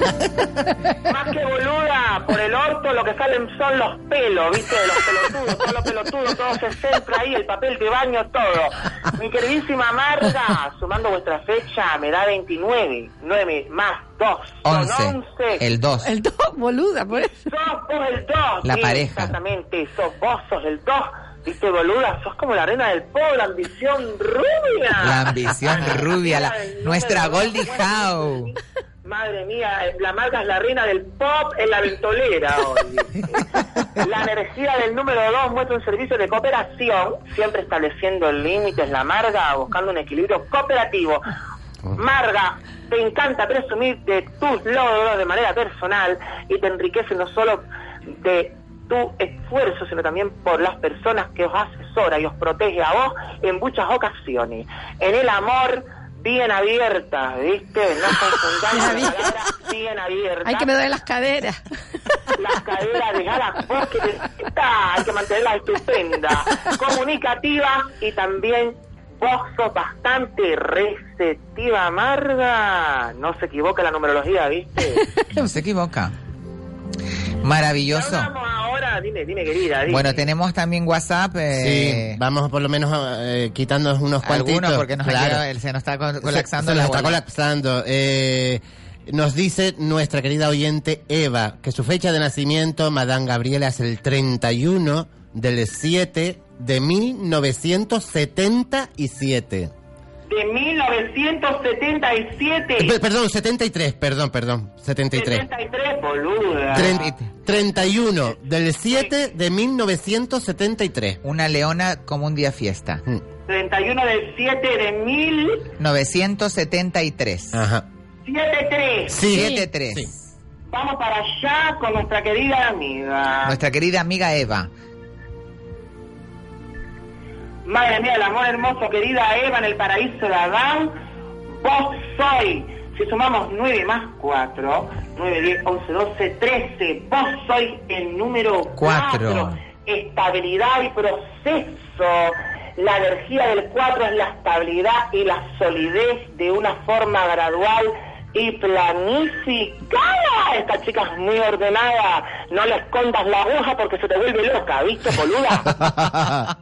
Más que boluda, por el orto lo que salen son los pelos, ¿viste? De los pelotudos, todos los pelotudos, todo se centra ahí, el papel de baño, todo. Mi queridísima Marga, sumando vuestra fecha, me da veintinueve, nueve más dos, son once. once. El dos. El dos, boluda, pues. Sos vos el dos. La Sí, pareja. Exactamente, sos vos, sos el dos. ¿Viste, boluda? Sos como la reina del pop, la ambición rubia. La ambición rubia, la, nuestra Goldie Howe. Madre mía, la Marga es la reina del pop en la ventolera hoy. La energía del número dos muestra un servicio de cooperación, siempre estableciendo límites. La Marga buscando un equilibrio cooperativo. Marga, te encanta presumir de tus logros de manera personal y te enriquece no solo de tu esfuerzo, sino también por las personas que os asesora y os protege a vos en muchas ocasiones. En el amor, bien abierta, ¿viste? No confundáis la palabra bien abierta. Ay, que me duelen las caderas. Las caderas, dejadas vos que te está, hay que mantenerlas estupendas, comunicativa y también vos sos bastante receptiva, Marga. No se equivoca la numerología, ¿viste? No se equivoca. Maravilloso. Vamos ahora, dime, dime querida. Dime. Bueno, tenemos también WhatsApp. Eh, Sí, vamos por lo menos eh, quitándonos unos cuantitos. algunos porque nos ha Claro. quedado- se nos está co- colapsando Se, se la nos está bola. colapsando. Eh, nos dice nuestra querida oyente Eva que su fecha de nacimiento, Madame Gabriela, es el treinta y uno del siete de mil novecientos setenta y siete. De mil novecientos setenta y siete. Eh, perdón, setenta y tres, perdón, perdón, setenta y tres. setenta y tres, boluda. Tren- treinta y uno del siete de mil novecientos setenta y tres. Una leona como un día fiesta. treinta y uno del siete de mil novecientos setenta y tres. Ajá. setenta y tres. Sí. siete tres. Sí. Vamos para allá con nuestra querida amiga. Nuestra querida amiga Eva. Madre mía, el amor hermoso, querida Eva, en el paraíso de Adán, vos soy. Si sumamos nueve más cuatro, nueve, diez, once, doce, trece, vos sois el número Cuatro. cuatro. Estabilidad y proceso. La energía del cuatro es la estabilidad y la solidez de una forma gradual y planificada. Esta chica es muy ordenada. No le escondas la aguja porque se te vuelve loca, ¿viste, boluda?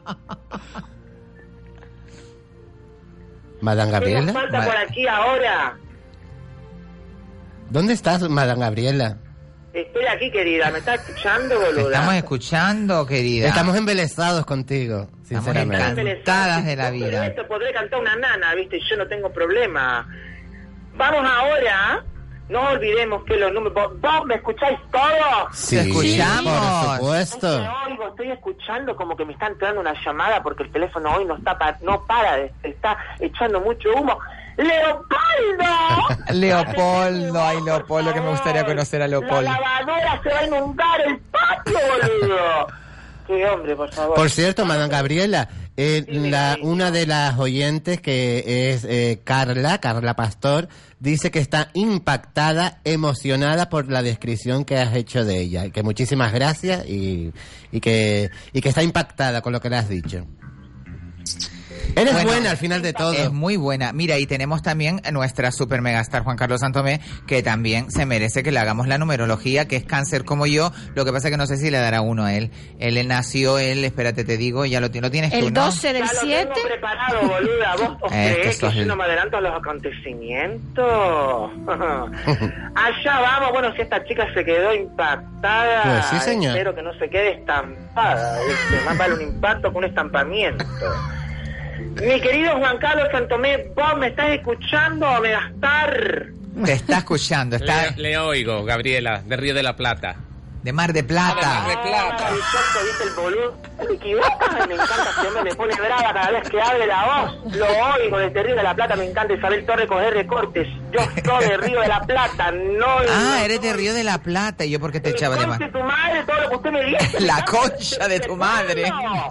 Madame ¿Qué Gabriela. nos falta Ma- por aquí ahora? ¿Dónde estás, Madame Gabriela? Estoy aquí, querida. ¿Me estás escuchando, Te boluda? estamos escuchando, querida. Estamos embelesados contigo, Estamos sinceramente. encantadas de la Pero vida. esto podré cantar una nana, ¿viste? Yo no tengo problema. Vamos ahora No olvidemos que los números... ¿Vos, vos me escucháis todo? Sí, Te escuchamos. por supuesto. Es que oigo, estoy escuchando como que me está entrando una llamada porque el teléfono hoy no está pa- no para, de, está echando mucho humo. ¡Leopoldo! Leopoldo, ay Leopoldo, que me gustaría conocer a Leopoldo. La lavadora se va a inundar el patio, boludo. Qué hombre, por favor. Por cierto, Madame Gabriela, eh, la, una de las oyentes que es eh, Carla, Carla Pastor, dice que está impactada, emocionada por la descripción que has hecho de ella. Que muchísimas gracias y, y, que, y que está impactada con lo que le has dicho. Eres Bueno, buena al final de todo. Es muy buena. Mira, y tenemos también a nuestra super megastar Juan Carlos Santomé, que también se merece que le hagamos la numerología, que es cáncer como yo. Lo que pasa es que no sé si le dará uno a él. Él, él nació, él, espérate, te digo, ya lo, lo tienes tú, El ¿no? doce del Ya lo siete. tengo preparado, boluda. ¿Vos os Es que creés sos que yo el- no me adelanto a los acontecimientos? Allá vamos. Bueno, si esta chica se quedó impactada, Pues sí, señor. espero que no se quede estampada, ¿viste? Más vale un impacto que un estampamiento. Mi querido Juan Carlos Santomé, ¿vos me estás escuchando o me gastar? Te está escuchando, está Le, le oigo, Gabriela, de Río de la Plata. de Mar de Plata. Ah, de Plata. Maravilloso, ¿viste el boludo? ¿Te equivocas? Me encanta, ese hombre me pone brava cada vez que hable la voz. Lo oigo desde Río de la Plata, me encanta Isabel Torres con R. Cortes. Yo soy de Río de la Plata, no... Ah, no eres de Río de la Plata. ¿Y yo por qué te soy- echaba de Conche más? tu madre, todo lo que usted me dice. La concha de tu madre.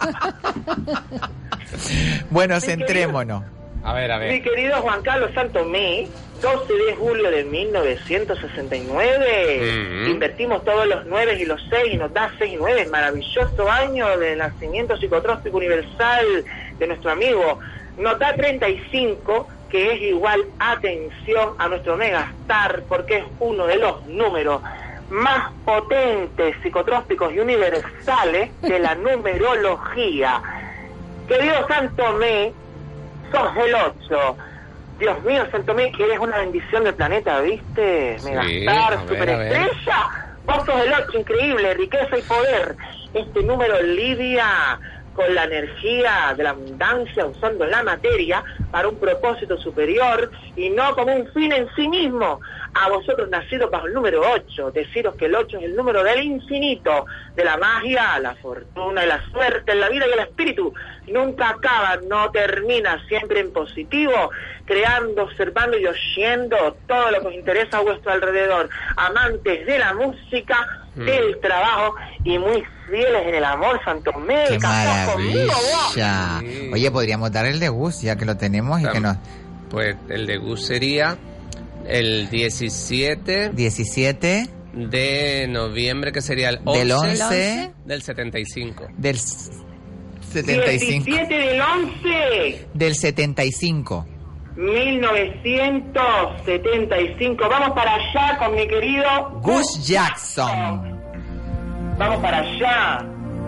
Bueno, centrémonos. A ver, a Mi ver. querido Juan Carlos Santomé, doce de julio de mil novecientos sesenta y nueve, Mm. invertimos todos los nueve y los seis y nos da seis y nueve, maravilloso año de nacimiento psicotrópico universal de nuestro amigo, nos da treinta y cinco, que es igual, atención, a nuestro megastar, porque es uno de los números más potentes, psicotrópicos y universales de la numerología. Querido Santomé, sos el ocho. Dios mío, Santomé, que eres una bendición del planeta, ¿viste? Sí, Megastar, a ver, superestrella. Vos sos el ocho, increíble, riqueza y poder. Este número lidia con la energía de la abundancia, usando la materia para un propósito superior y no como un fin en sí mismo. A vosotros nacidos bajo el número ocho, deciros que el ocho es el número del infinito, de la magia, la fortuna y la suerte en la vida y el espíritu. Nunca acaba, no termina, siempre en positivo, creando, observando y oyendo todo lo que os interesa a vuestro alrededor. Amantes de la música, Mm. del trabajo y muy fieles en el amor, Santomé. ¡Qué casás conmigo, vos. maravilla! Sí. Oye, podríamos dar el de Gus, ya que lo tenemos y que nos... Pues el de Gus sería el diecisiete diecisiete de noviembre, que sería el once del once del setenta y cinco. del setenta y cinco. diecisiete del once. Del setenta y cinco. mil novecientos setenta y cinco. Vamos para allá con mi querido Gus Jackson. Vamos para allá.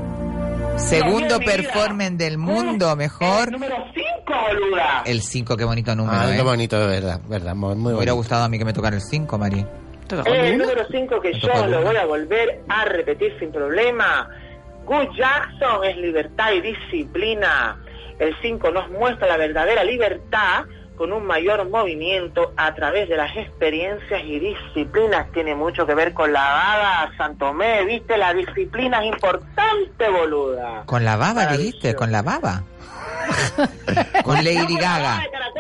Segundo Dios mío, mi vida. performance del mundo, El mejor. número cinco, boluda. El cinco, qué bonito número, Ah, ¿eh? qué bonito, de verdad, verdad, muy, muy Me hubiera bonito. gustado a mí que me tocara el cinco, Mari. El número cinco que Me yo tocó el lo uno. voy a volver a repetir sin problema. Gus Jackson es libertad y disciplina. El cinco nos muestra la verdadera libertad con un mayor movimiento a través de las experiencias y disciplinas. Tiene mucho que ver con la baba, Santomé, ¿viste? La disciplina es importante, boluda. Con la baba, Maravilloso. dijiste, con la baba. Con Lady Gaga.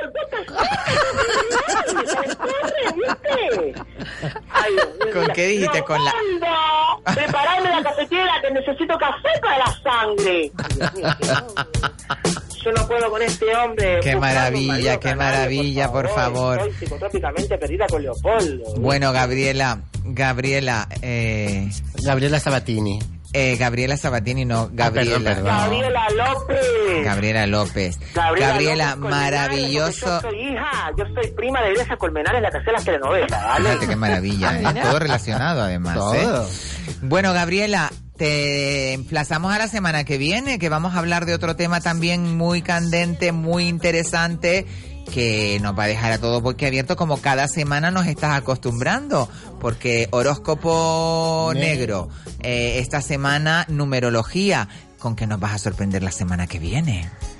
Ay, Dios mío, ¿Con mira. qué dijiste? Con la- Leopoldo, preparame la cafetera, que necesito café para la sangre. Ay, Dios mío, qué hombre. Yo no puedo con este hombre. Qué Buscando un maravilla, marido qué canario, maravilla, por favor. Estoy psicotrópicamente perdida con Leopoldo. Bueno, Gabriela, Gabriela, eh, Gabriela Sabatini. eh, Gabriela Sabatini, no, Gabriela. perdón, perdón. Gabriela López. Gabriela López. Gabriela, Gabriela, López Colmenares, maravilloso. porque Yo soy hija, yo soy prima de Grecia Colmenares, la que hace las telenovelas, ¿vale? Fíjate qué maravilla, ¿eh? Todo relacionado además, Todo. ¿eh? Bueno, Gabriela, te emplazamos a la semana que viene, que vamos a hablar de otro tema también muy candente, muy interesante, que nos va a dejar a todo boquiabierto como cada semana nos estás acostumbrando, porque horóscopo negro, eh, esta semana numerología. ¿Con qué nos vas a sorprender la semana que viene?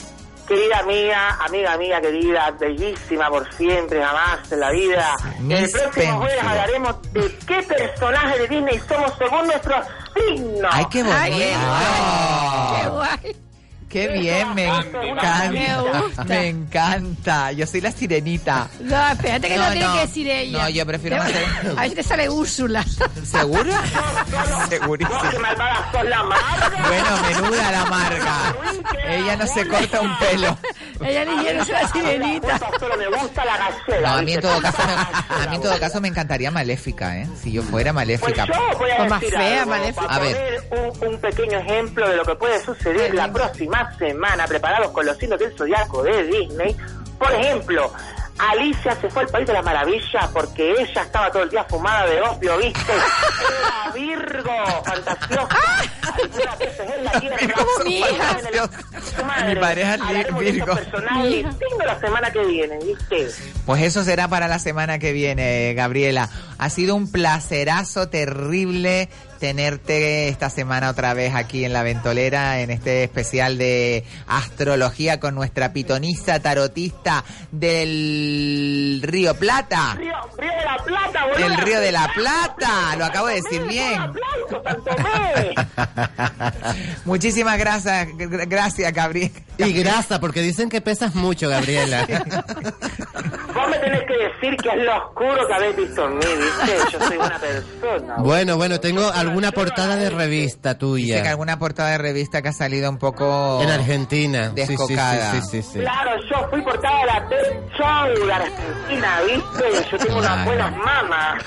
querida amiga, amiga mía querida, bellísima por siempre, jamás en la vida. Miss El próximo jueves Penfield. hablaremos de qué personaje de Disney somos según nuestros signos. ¡Ay, qué bonito! Ay, qué guay. ¡Qué bien! Me encanta. Me encanta. Yo soy la sirenita. No, espérate que no, No, tiene no. que decir ella. No, yo prefiero Te- más ser- A ver si te sale Úrsula. ¿Seguro? Segurísimo. ¡Qué malvada sos la madre! Bueno, menuda la Marga. Ella no se corta un pelo. Ella ni quiere ser la sirenita. Solo me gusta la gacela. No, a mí en ¿viste? todo caso me, a mí en todo caso me encantaría Maléfica, ¿eh? Si yo fuera Pues Maléfica. yo voy a Pues más decir fea, algo, maléfica. para A ver. poner un, un pequeño ejemplo de lo que puede suceder la próxima semana, preparados con los signos del zodiaco de Disney. Por ejemplo, Alicia se fue al País de las Maravillas porque ella estaba todo el día fumada de opio, ¿viste? Era Virgo, fantasiosa. Algunas veces en la tierra, Como mi hija. su madre. Mi pareja es Hablaremos de Virgo. estos personajes distintos la semana que viene, ¿viste? Pues eso será para la semana que viene, Gabriela. Ha sido un placerazo terrible tenerte esta semana otra vez aquí en La Ventolera, en este especial de astrología con nuestra pitonisa tarotista del Río Plata. Río, Río de la Plata, boludo. Del Río de la Plata, lo acabo de decir bien. Aplausos, Santomé. Muchísimas gracias, gr- gracias, Gabriela. Y grasa, porque dicen que pesas mucho, Gabriela. Vos me tenés que decir que es lo oscuro que habéis visto en mí, ¿viste? Yo soy una persona. Bueno, bueno, tengo alguna portada de revista Dice que tuya. alguna portada de revista que ha salido un poco En Argentina. Sí, sí, sí, descocada. sí, sí, sí. Claro, yo fui portada de la T V Show de Argentina, ¿viste? Yo tengo unas Claro. buenas mamas.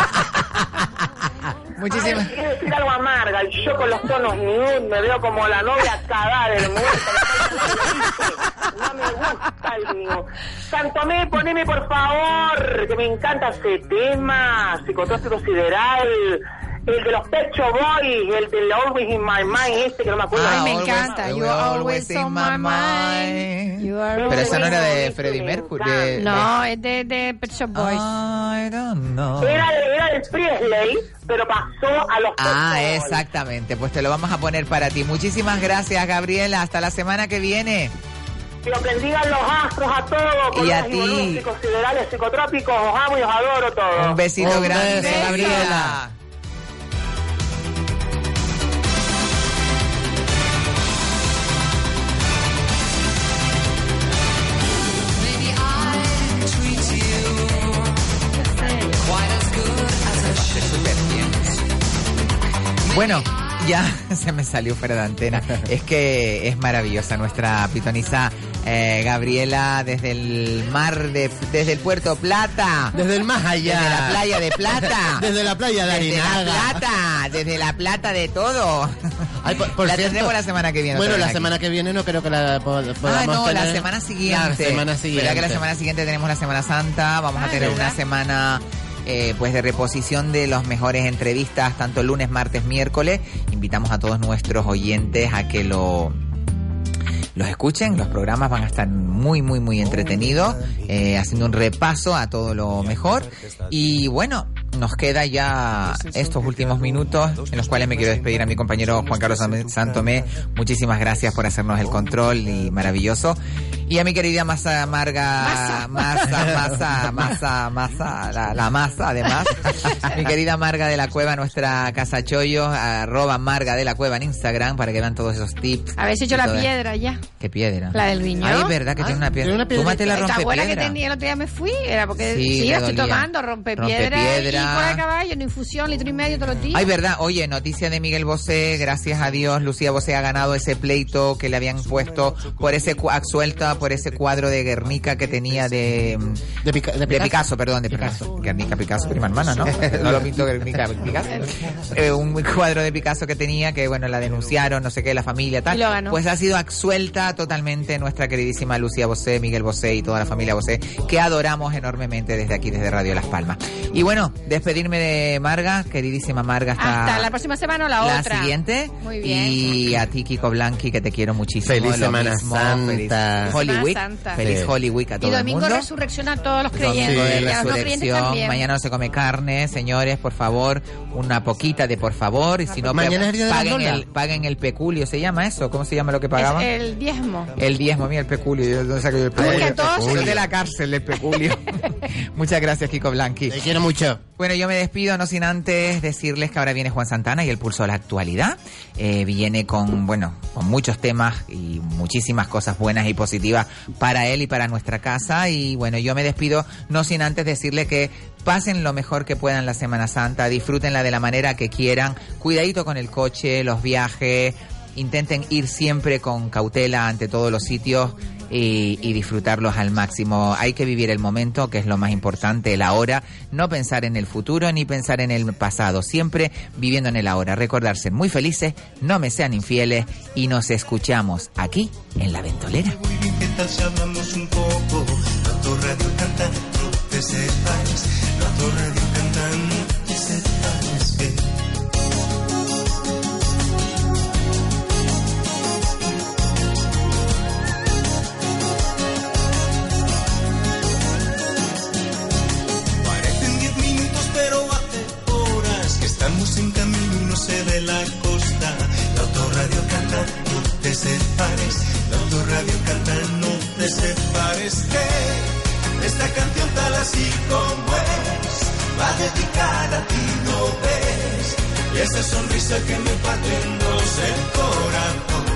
Muchísimas. Ay, quiero decir algo amarga. Yo con los tonos nude me veo como la novia cadáver muerta. No me gusta el mío. Santomé, poneme por favor, que me encanta ese tema. Psicotrópico sideral. El de los Pet Shop Boys, el del Always in My Mind, este que no me acuerdo. Ah, Ay, me always- encanta. You are always on my mind. You are Pero eso no era de Always- Freddie Mercury. de- No, es de, de Pet Shop Boys. I don't know. Era, era del Presley, pero pasó a los Pet Ah, Shop Boys. exactamente. Pues te lo vamos a poner para ti. Muchísimas gracias, Gabriela. Hasta la semana que viene. Que os bendigan los astros a todos. Y a colores ti. boludos, siderales, psicotrópicos. Os amo y os adoro todos. Un besito Un grande, beso, Gabriela. Bueno, ya se me salió fuera de antena. Es que es maravillosa nuestra pitonisa eh, Gabriela desde el mar de, desde el Puerto Plata. Desde el más allá. Desde la playa de Plata. Desde la playa de Desde la Arinaga. Plata, desde la Plata de todo. Ay, por, por la cierto, tendremos la semana que viene. Bueno, otra la vez aquí. semana que viene no creo que la po- podamos Ah, no, tener. la semana siguiente. La semana siguiente. ¿Verdad que la semana siguiente tenemos la Semana Santa? Vamos Ah, a tener ¿verdad? una semana eh, pues de reposición de las mejores entrevistas, tanto lunes, martes, miércoles. Invitamos a todos nuestros oyentes a que lo los escuchen. Los programas van a estar muy, muy, muy entretenidos, eh, haciendo un repaso a todo lo mejor. Y bueno, nos queda ya estos últimos minutos en los cuales me quiero despedir a mi compañero Juan Carlos San- Santomé. Muchísimas gracias por hacernos el control y maravilloso. Y a mi querida Masa Marga, Masa, Masa, Masa, Masa, la, la Masa además. Mi querida Marga de la Cueva, nuestra casa chollo, arroba Marga de la Cueva en Instagram para que vean todos esos tips. A ver si he hecho y la todo. piedra ya. ¿Qué piedra? La del riñón. Ay, es verdad que tiene una piedra. tiene una Tú mate la ¿Te acuerdas que rompepiedra. tenía el otro día me fui? Era porque Sí, sí, me estoy dolía. tomando rompepiedra, Rompepiedra. y por el caballo, en infusión, litro y medio todos los días. Ay, verdad. Oye, noticia de Miguel Bosé. Gracias a Dios, Lucía Bosé ha ganado ese pleito que le habían puesto por ese cu- absuelta por ese cuadro de Guernica que tenía de De, Pica- de de Picasso. Picasso, perdón, de Picasso. Guernica, Picasso, prima hermana, ¿no? No lo pintó Guernica, Picasso. Eh, un cuadro de Picasso que tenía que, bueno, la denunciaron, no sé qué, la familia, tal. Y lo ganó. Pues ha sido absuelta totalmente nuestra queridísima Lucía Bosé, Miguel Bosé y toda la familia Bosé, que adoramos enormemente desde aquí, desde Radio Las Palmas. Y bueno, despedirme de Marga, queridísima Marga, hasta, Hasta la próxima semana o la, la otra. siguiente. Muy bien. Y a ti, Kiko Blanqui, que te quiero muchísimo. Feliz lo Semana mismo, Santa. feliz- Holy Week. Santa. Feliz Sí. Holy Week a todo Y el domingo mundo. resurrección a todos los Domingo creyentes. de y a los no creyentes resurrección. también. Mañana no se come carne, señores, por favor. Una poquita de por favor. Y si no, Mañana es el día de la paguen, Lola. el, paguen el peculio. ¿Se llama eso? ¿Cómo se llama lo que pagaban? Es el diezmo. El diezmo, mira el peculio. Yo no saco yo el Porque peculio. todos- Soy de la cárcel, el peculio. Muchas gracias, Kiko Blanqui. Te quiero mucho. Bueno, yo me despido, no sin antes decirles que ahora viene Juan Santana y el pulso de la actualidad. Eh, viene con, bueno, con muchos temas y muchísimas cosas buenas y positivas para él y para nuestra casa. Y bueno, yo me despido, no sin antes decirle que pasen lo mejor que puedan la Semana Santa, disfrútenla de la manera que quieran, cuidadito con el coche, los viajes, intenten ir siempre con cautela ante todos los sitios y, y disfrutarlos al máximo. Hay que vivir el momento, que es lo más importante, el ahora, no pensar en el futuro ni pensar en el pasado, siempre viviendo en el ahora. Recordar ser muy felices, no me sean infieles y nos escuchamos aquí en La Ventolera. Muy bien, ¿qué tal si hablamos un poco? La Torradio canta, no te separes. La Torradio canta, no te separes. eh. Parecen diez minutos, pero hace horas que estamos en camino y no se ve la costa. La Torradio canta, no te separes. La Torradio canta, no te separes. Que esta canción tal así como es va dedicada a ti, no ves. Y esa sonrisa que me parte en dos el corazón.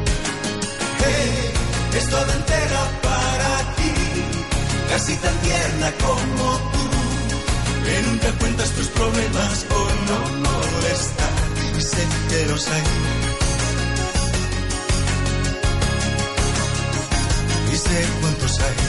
Hey, es toda entera para ti, casi tan tierna como tú, que nunca cuentas tus problemas por no molestar. Y sé que los hay. Y sé cuántos hay.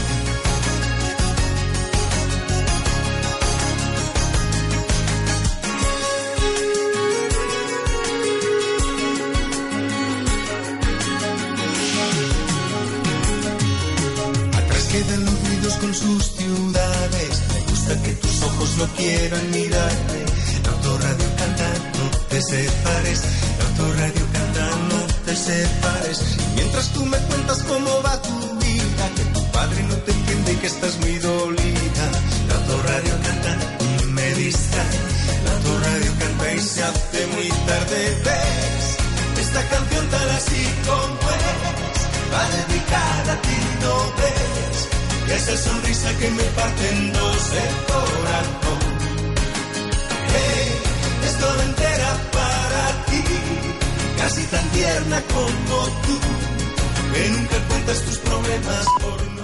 Atrás quedan los ruidos con sus ciudades. Me gusta que tus ojos no quieran mirarme. La Autorradio canta, no te separes. La Autorradio canta, no te separes. Mientras tú me cuentas cómo va tu vida, que tu padre no te entiende y que estás muy dolida. La Autorradio canta y me distrae. La Autorradio canta y se hace muy tarde. ¿Ves? Esta canción tal así como es va dedicada a ti, no ves. Y esa sonrisa que me parte en dos el corazón. Hey, es toda entera para ti, casi tan tierna como tú, que nunca cuentas tus problemas por no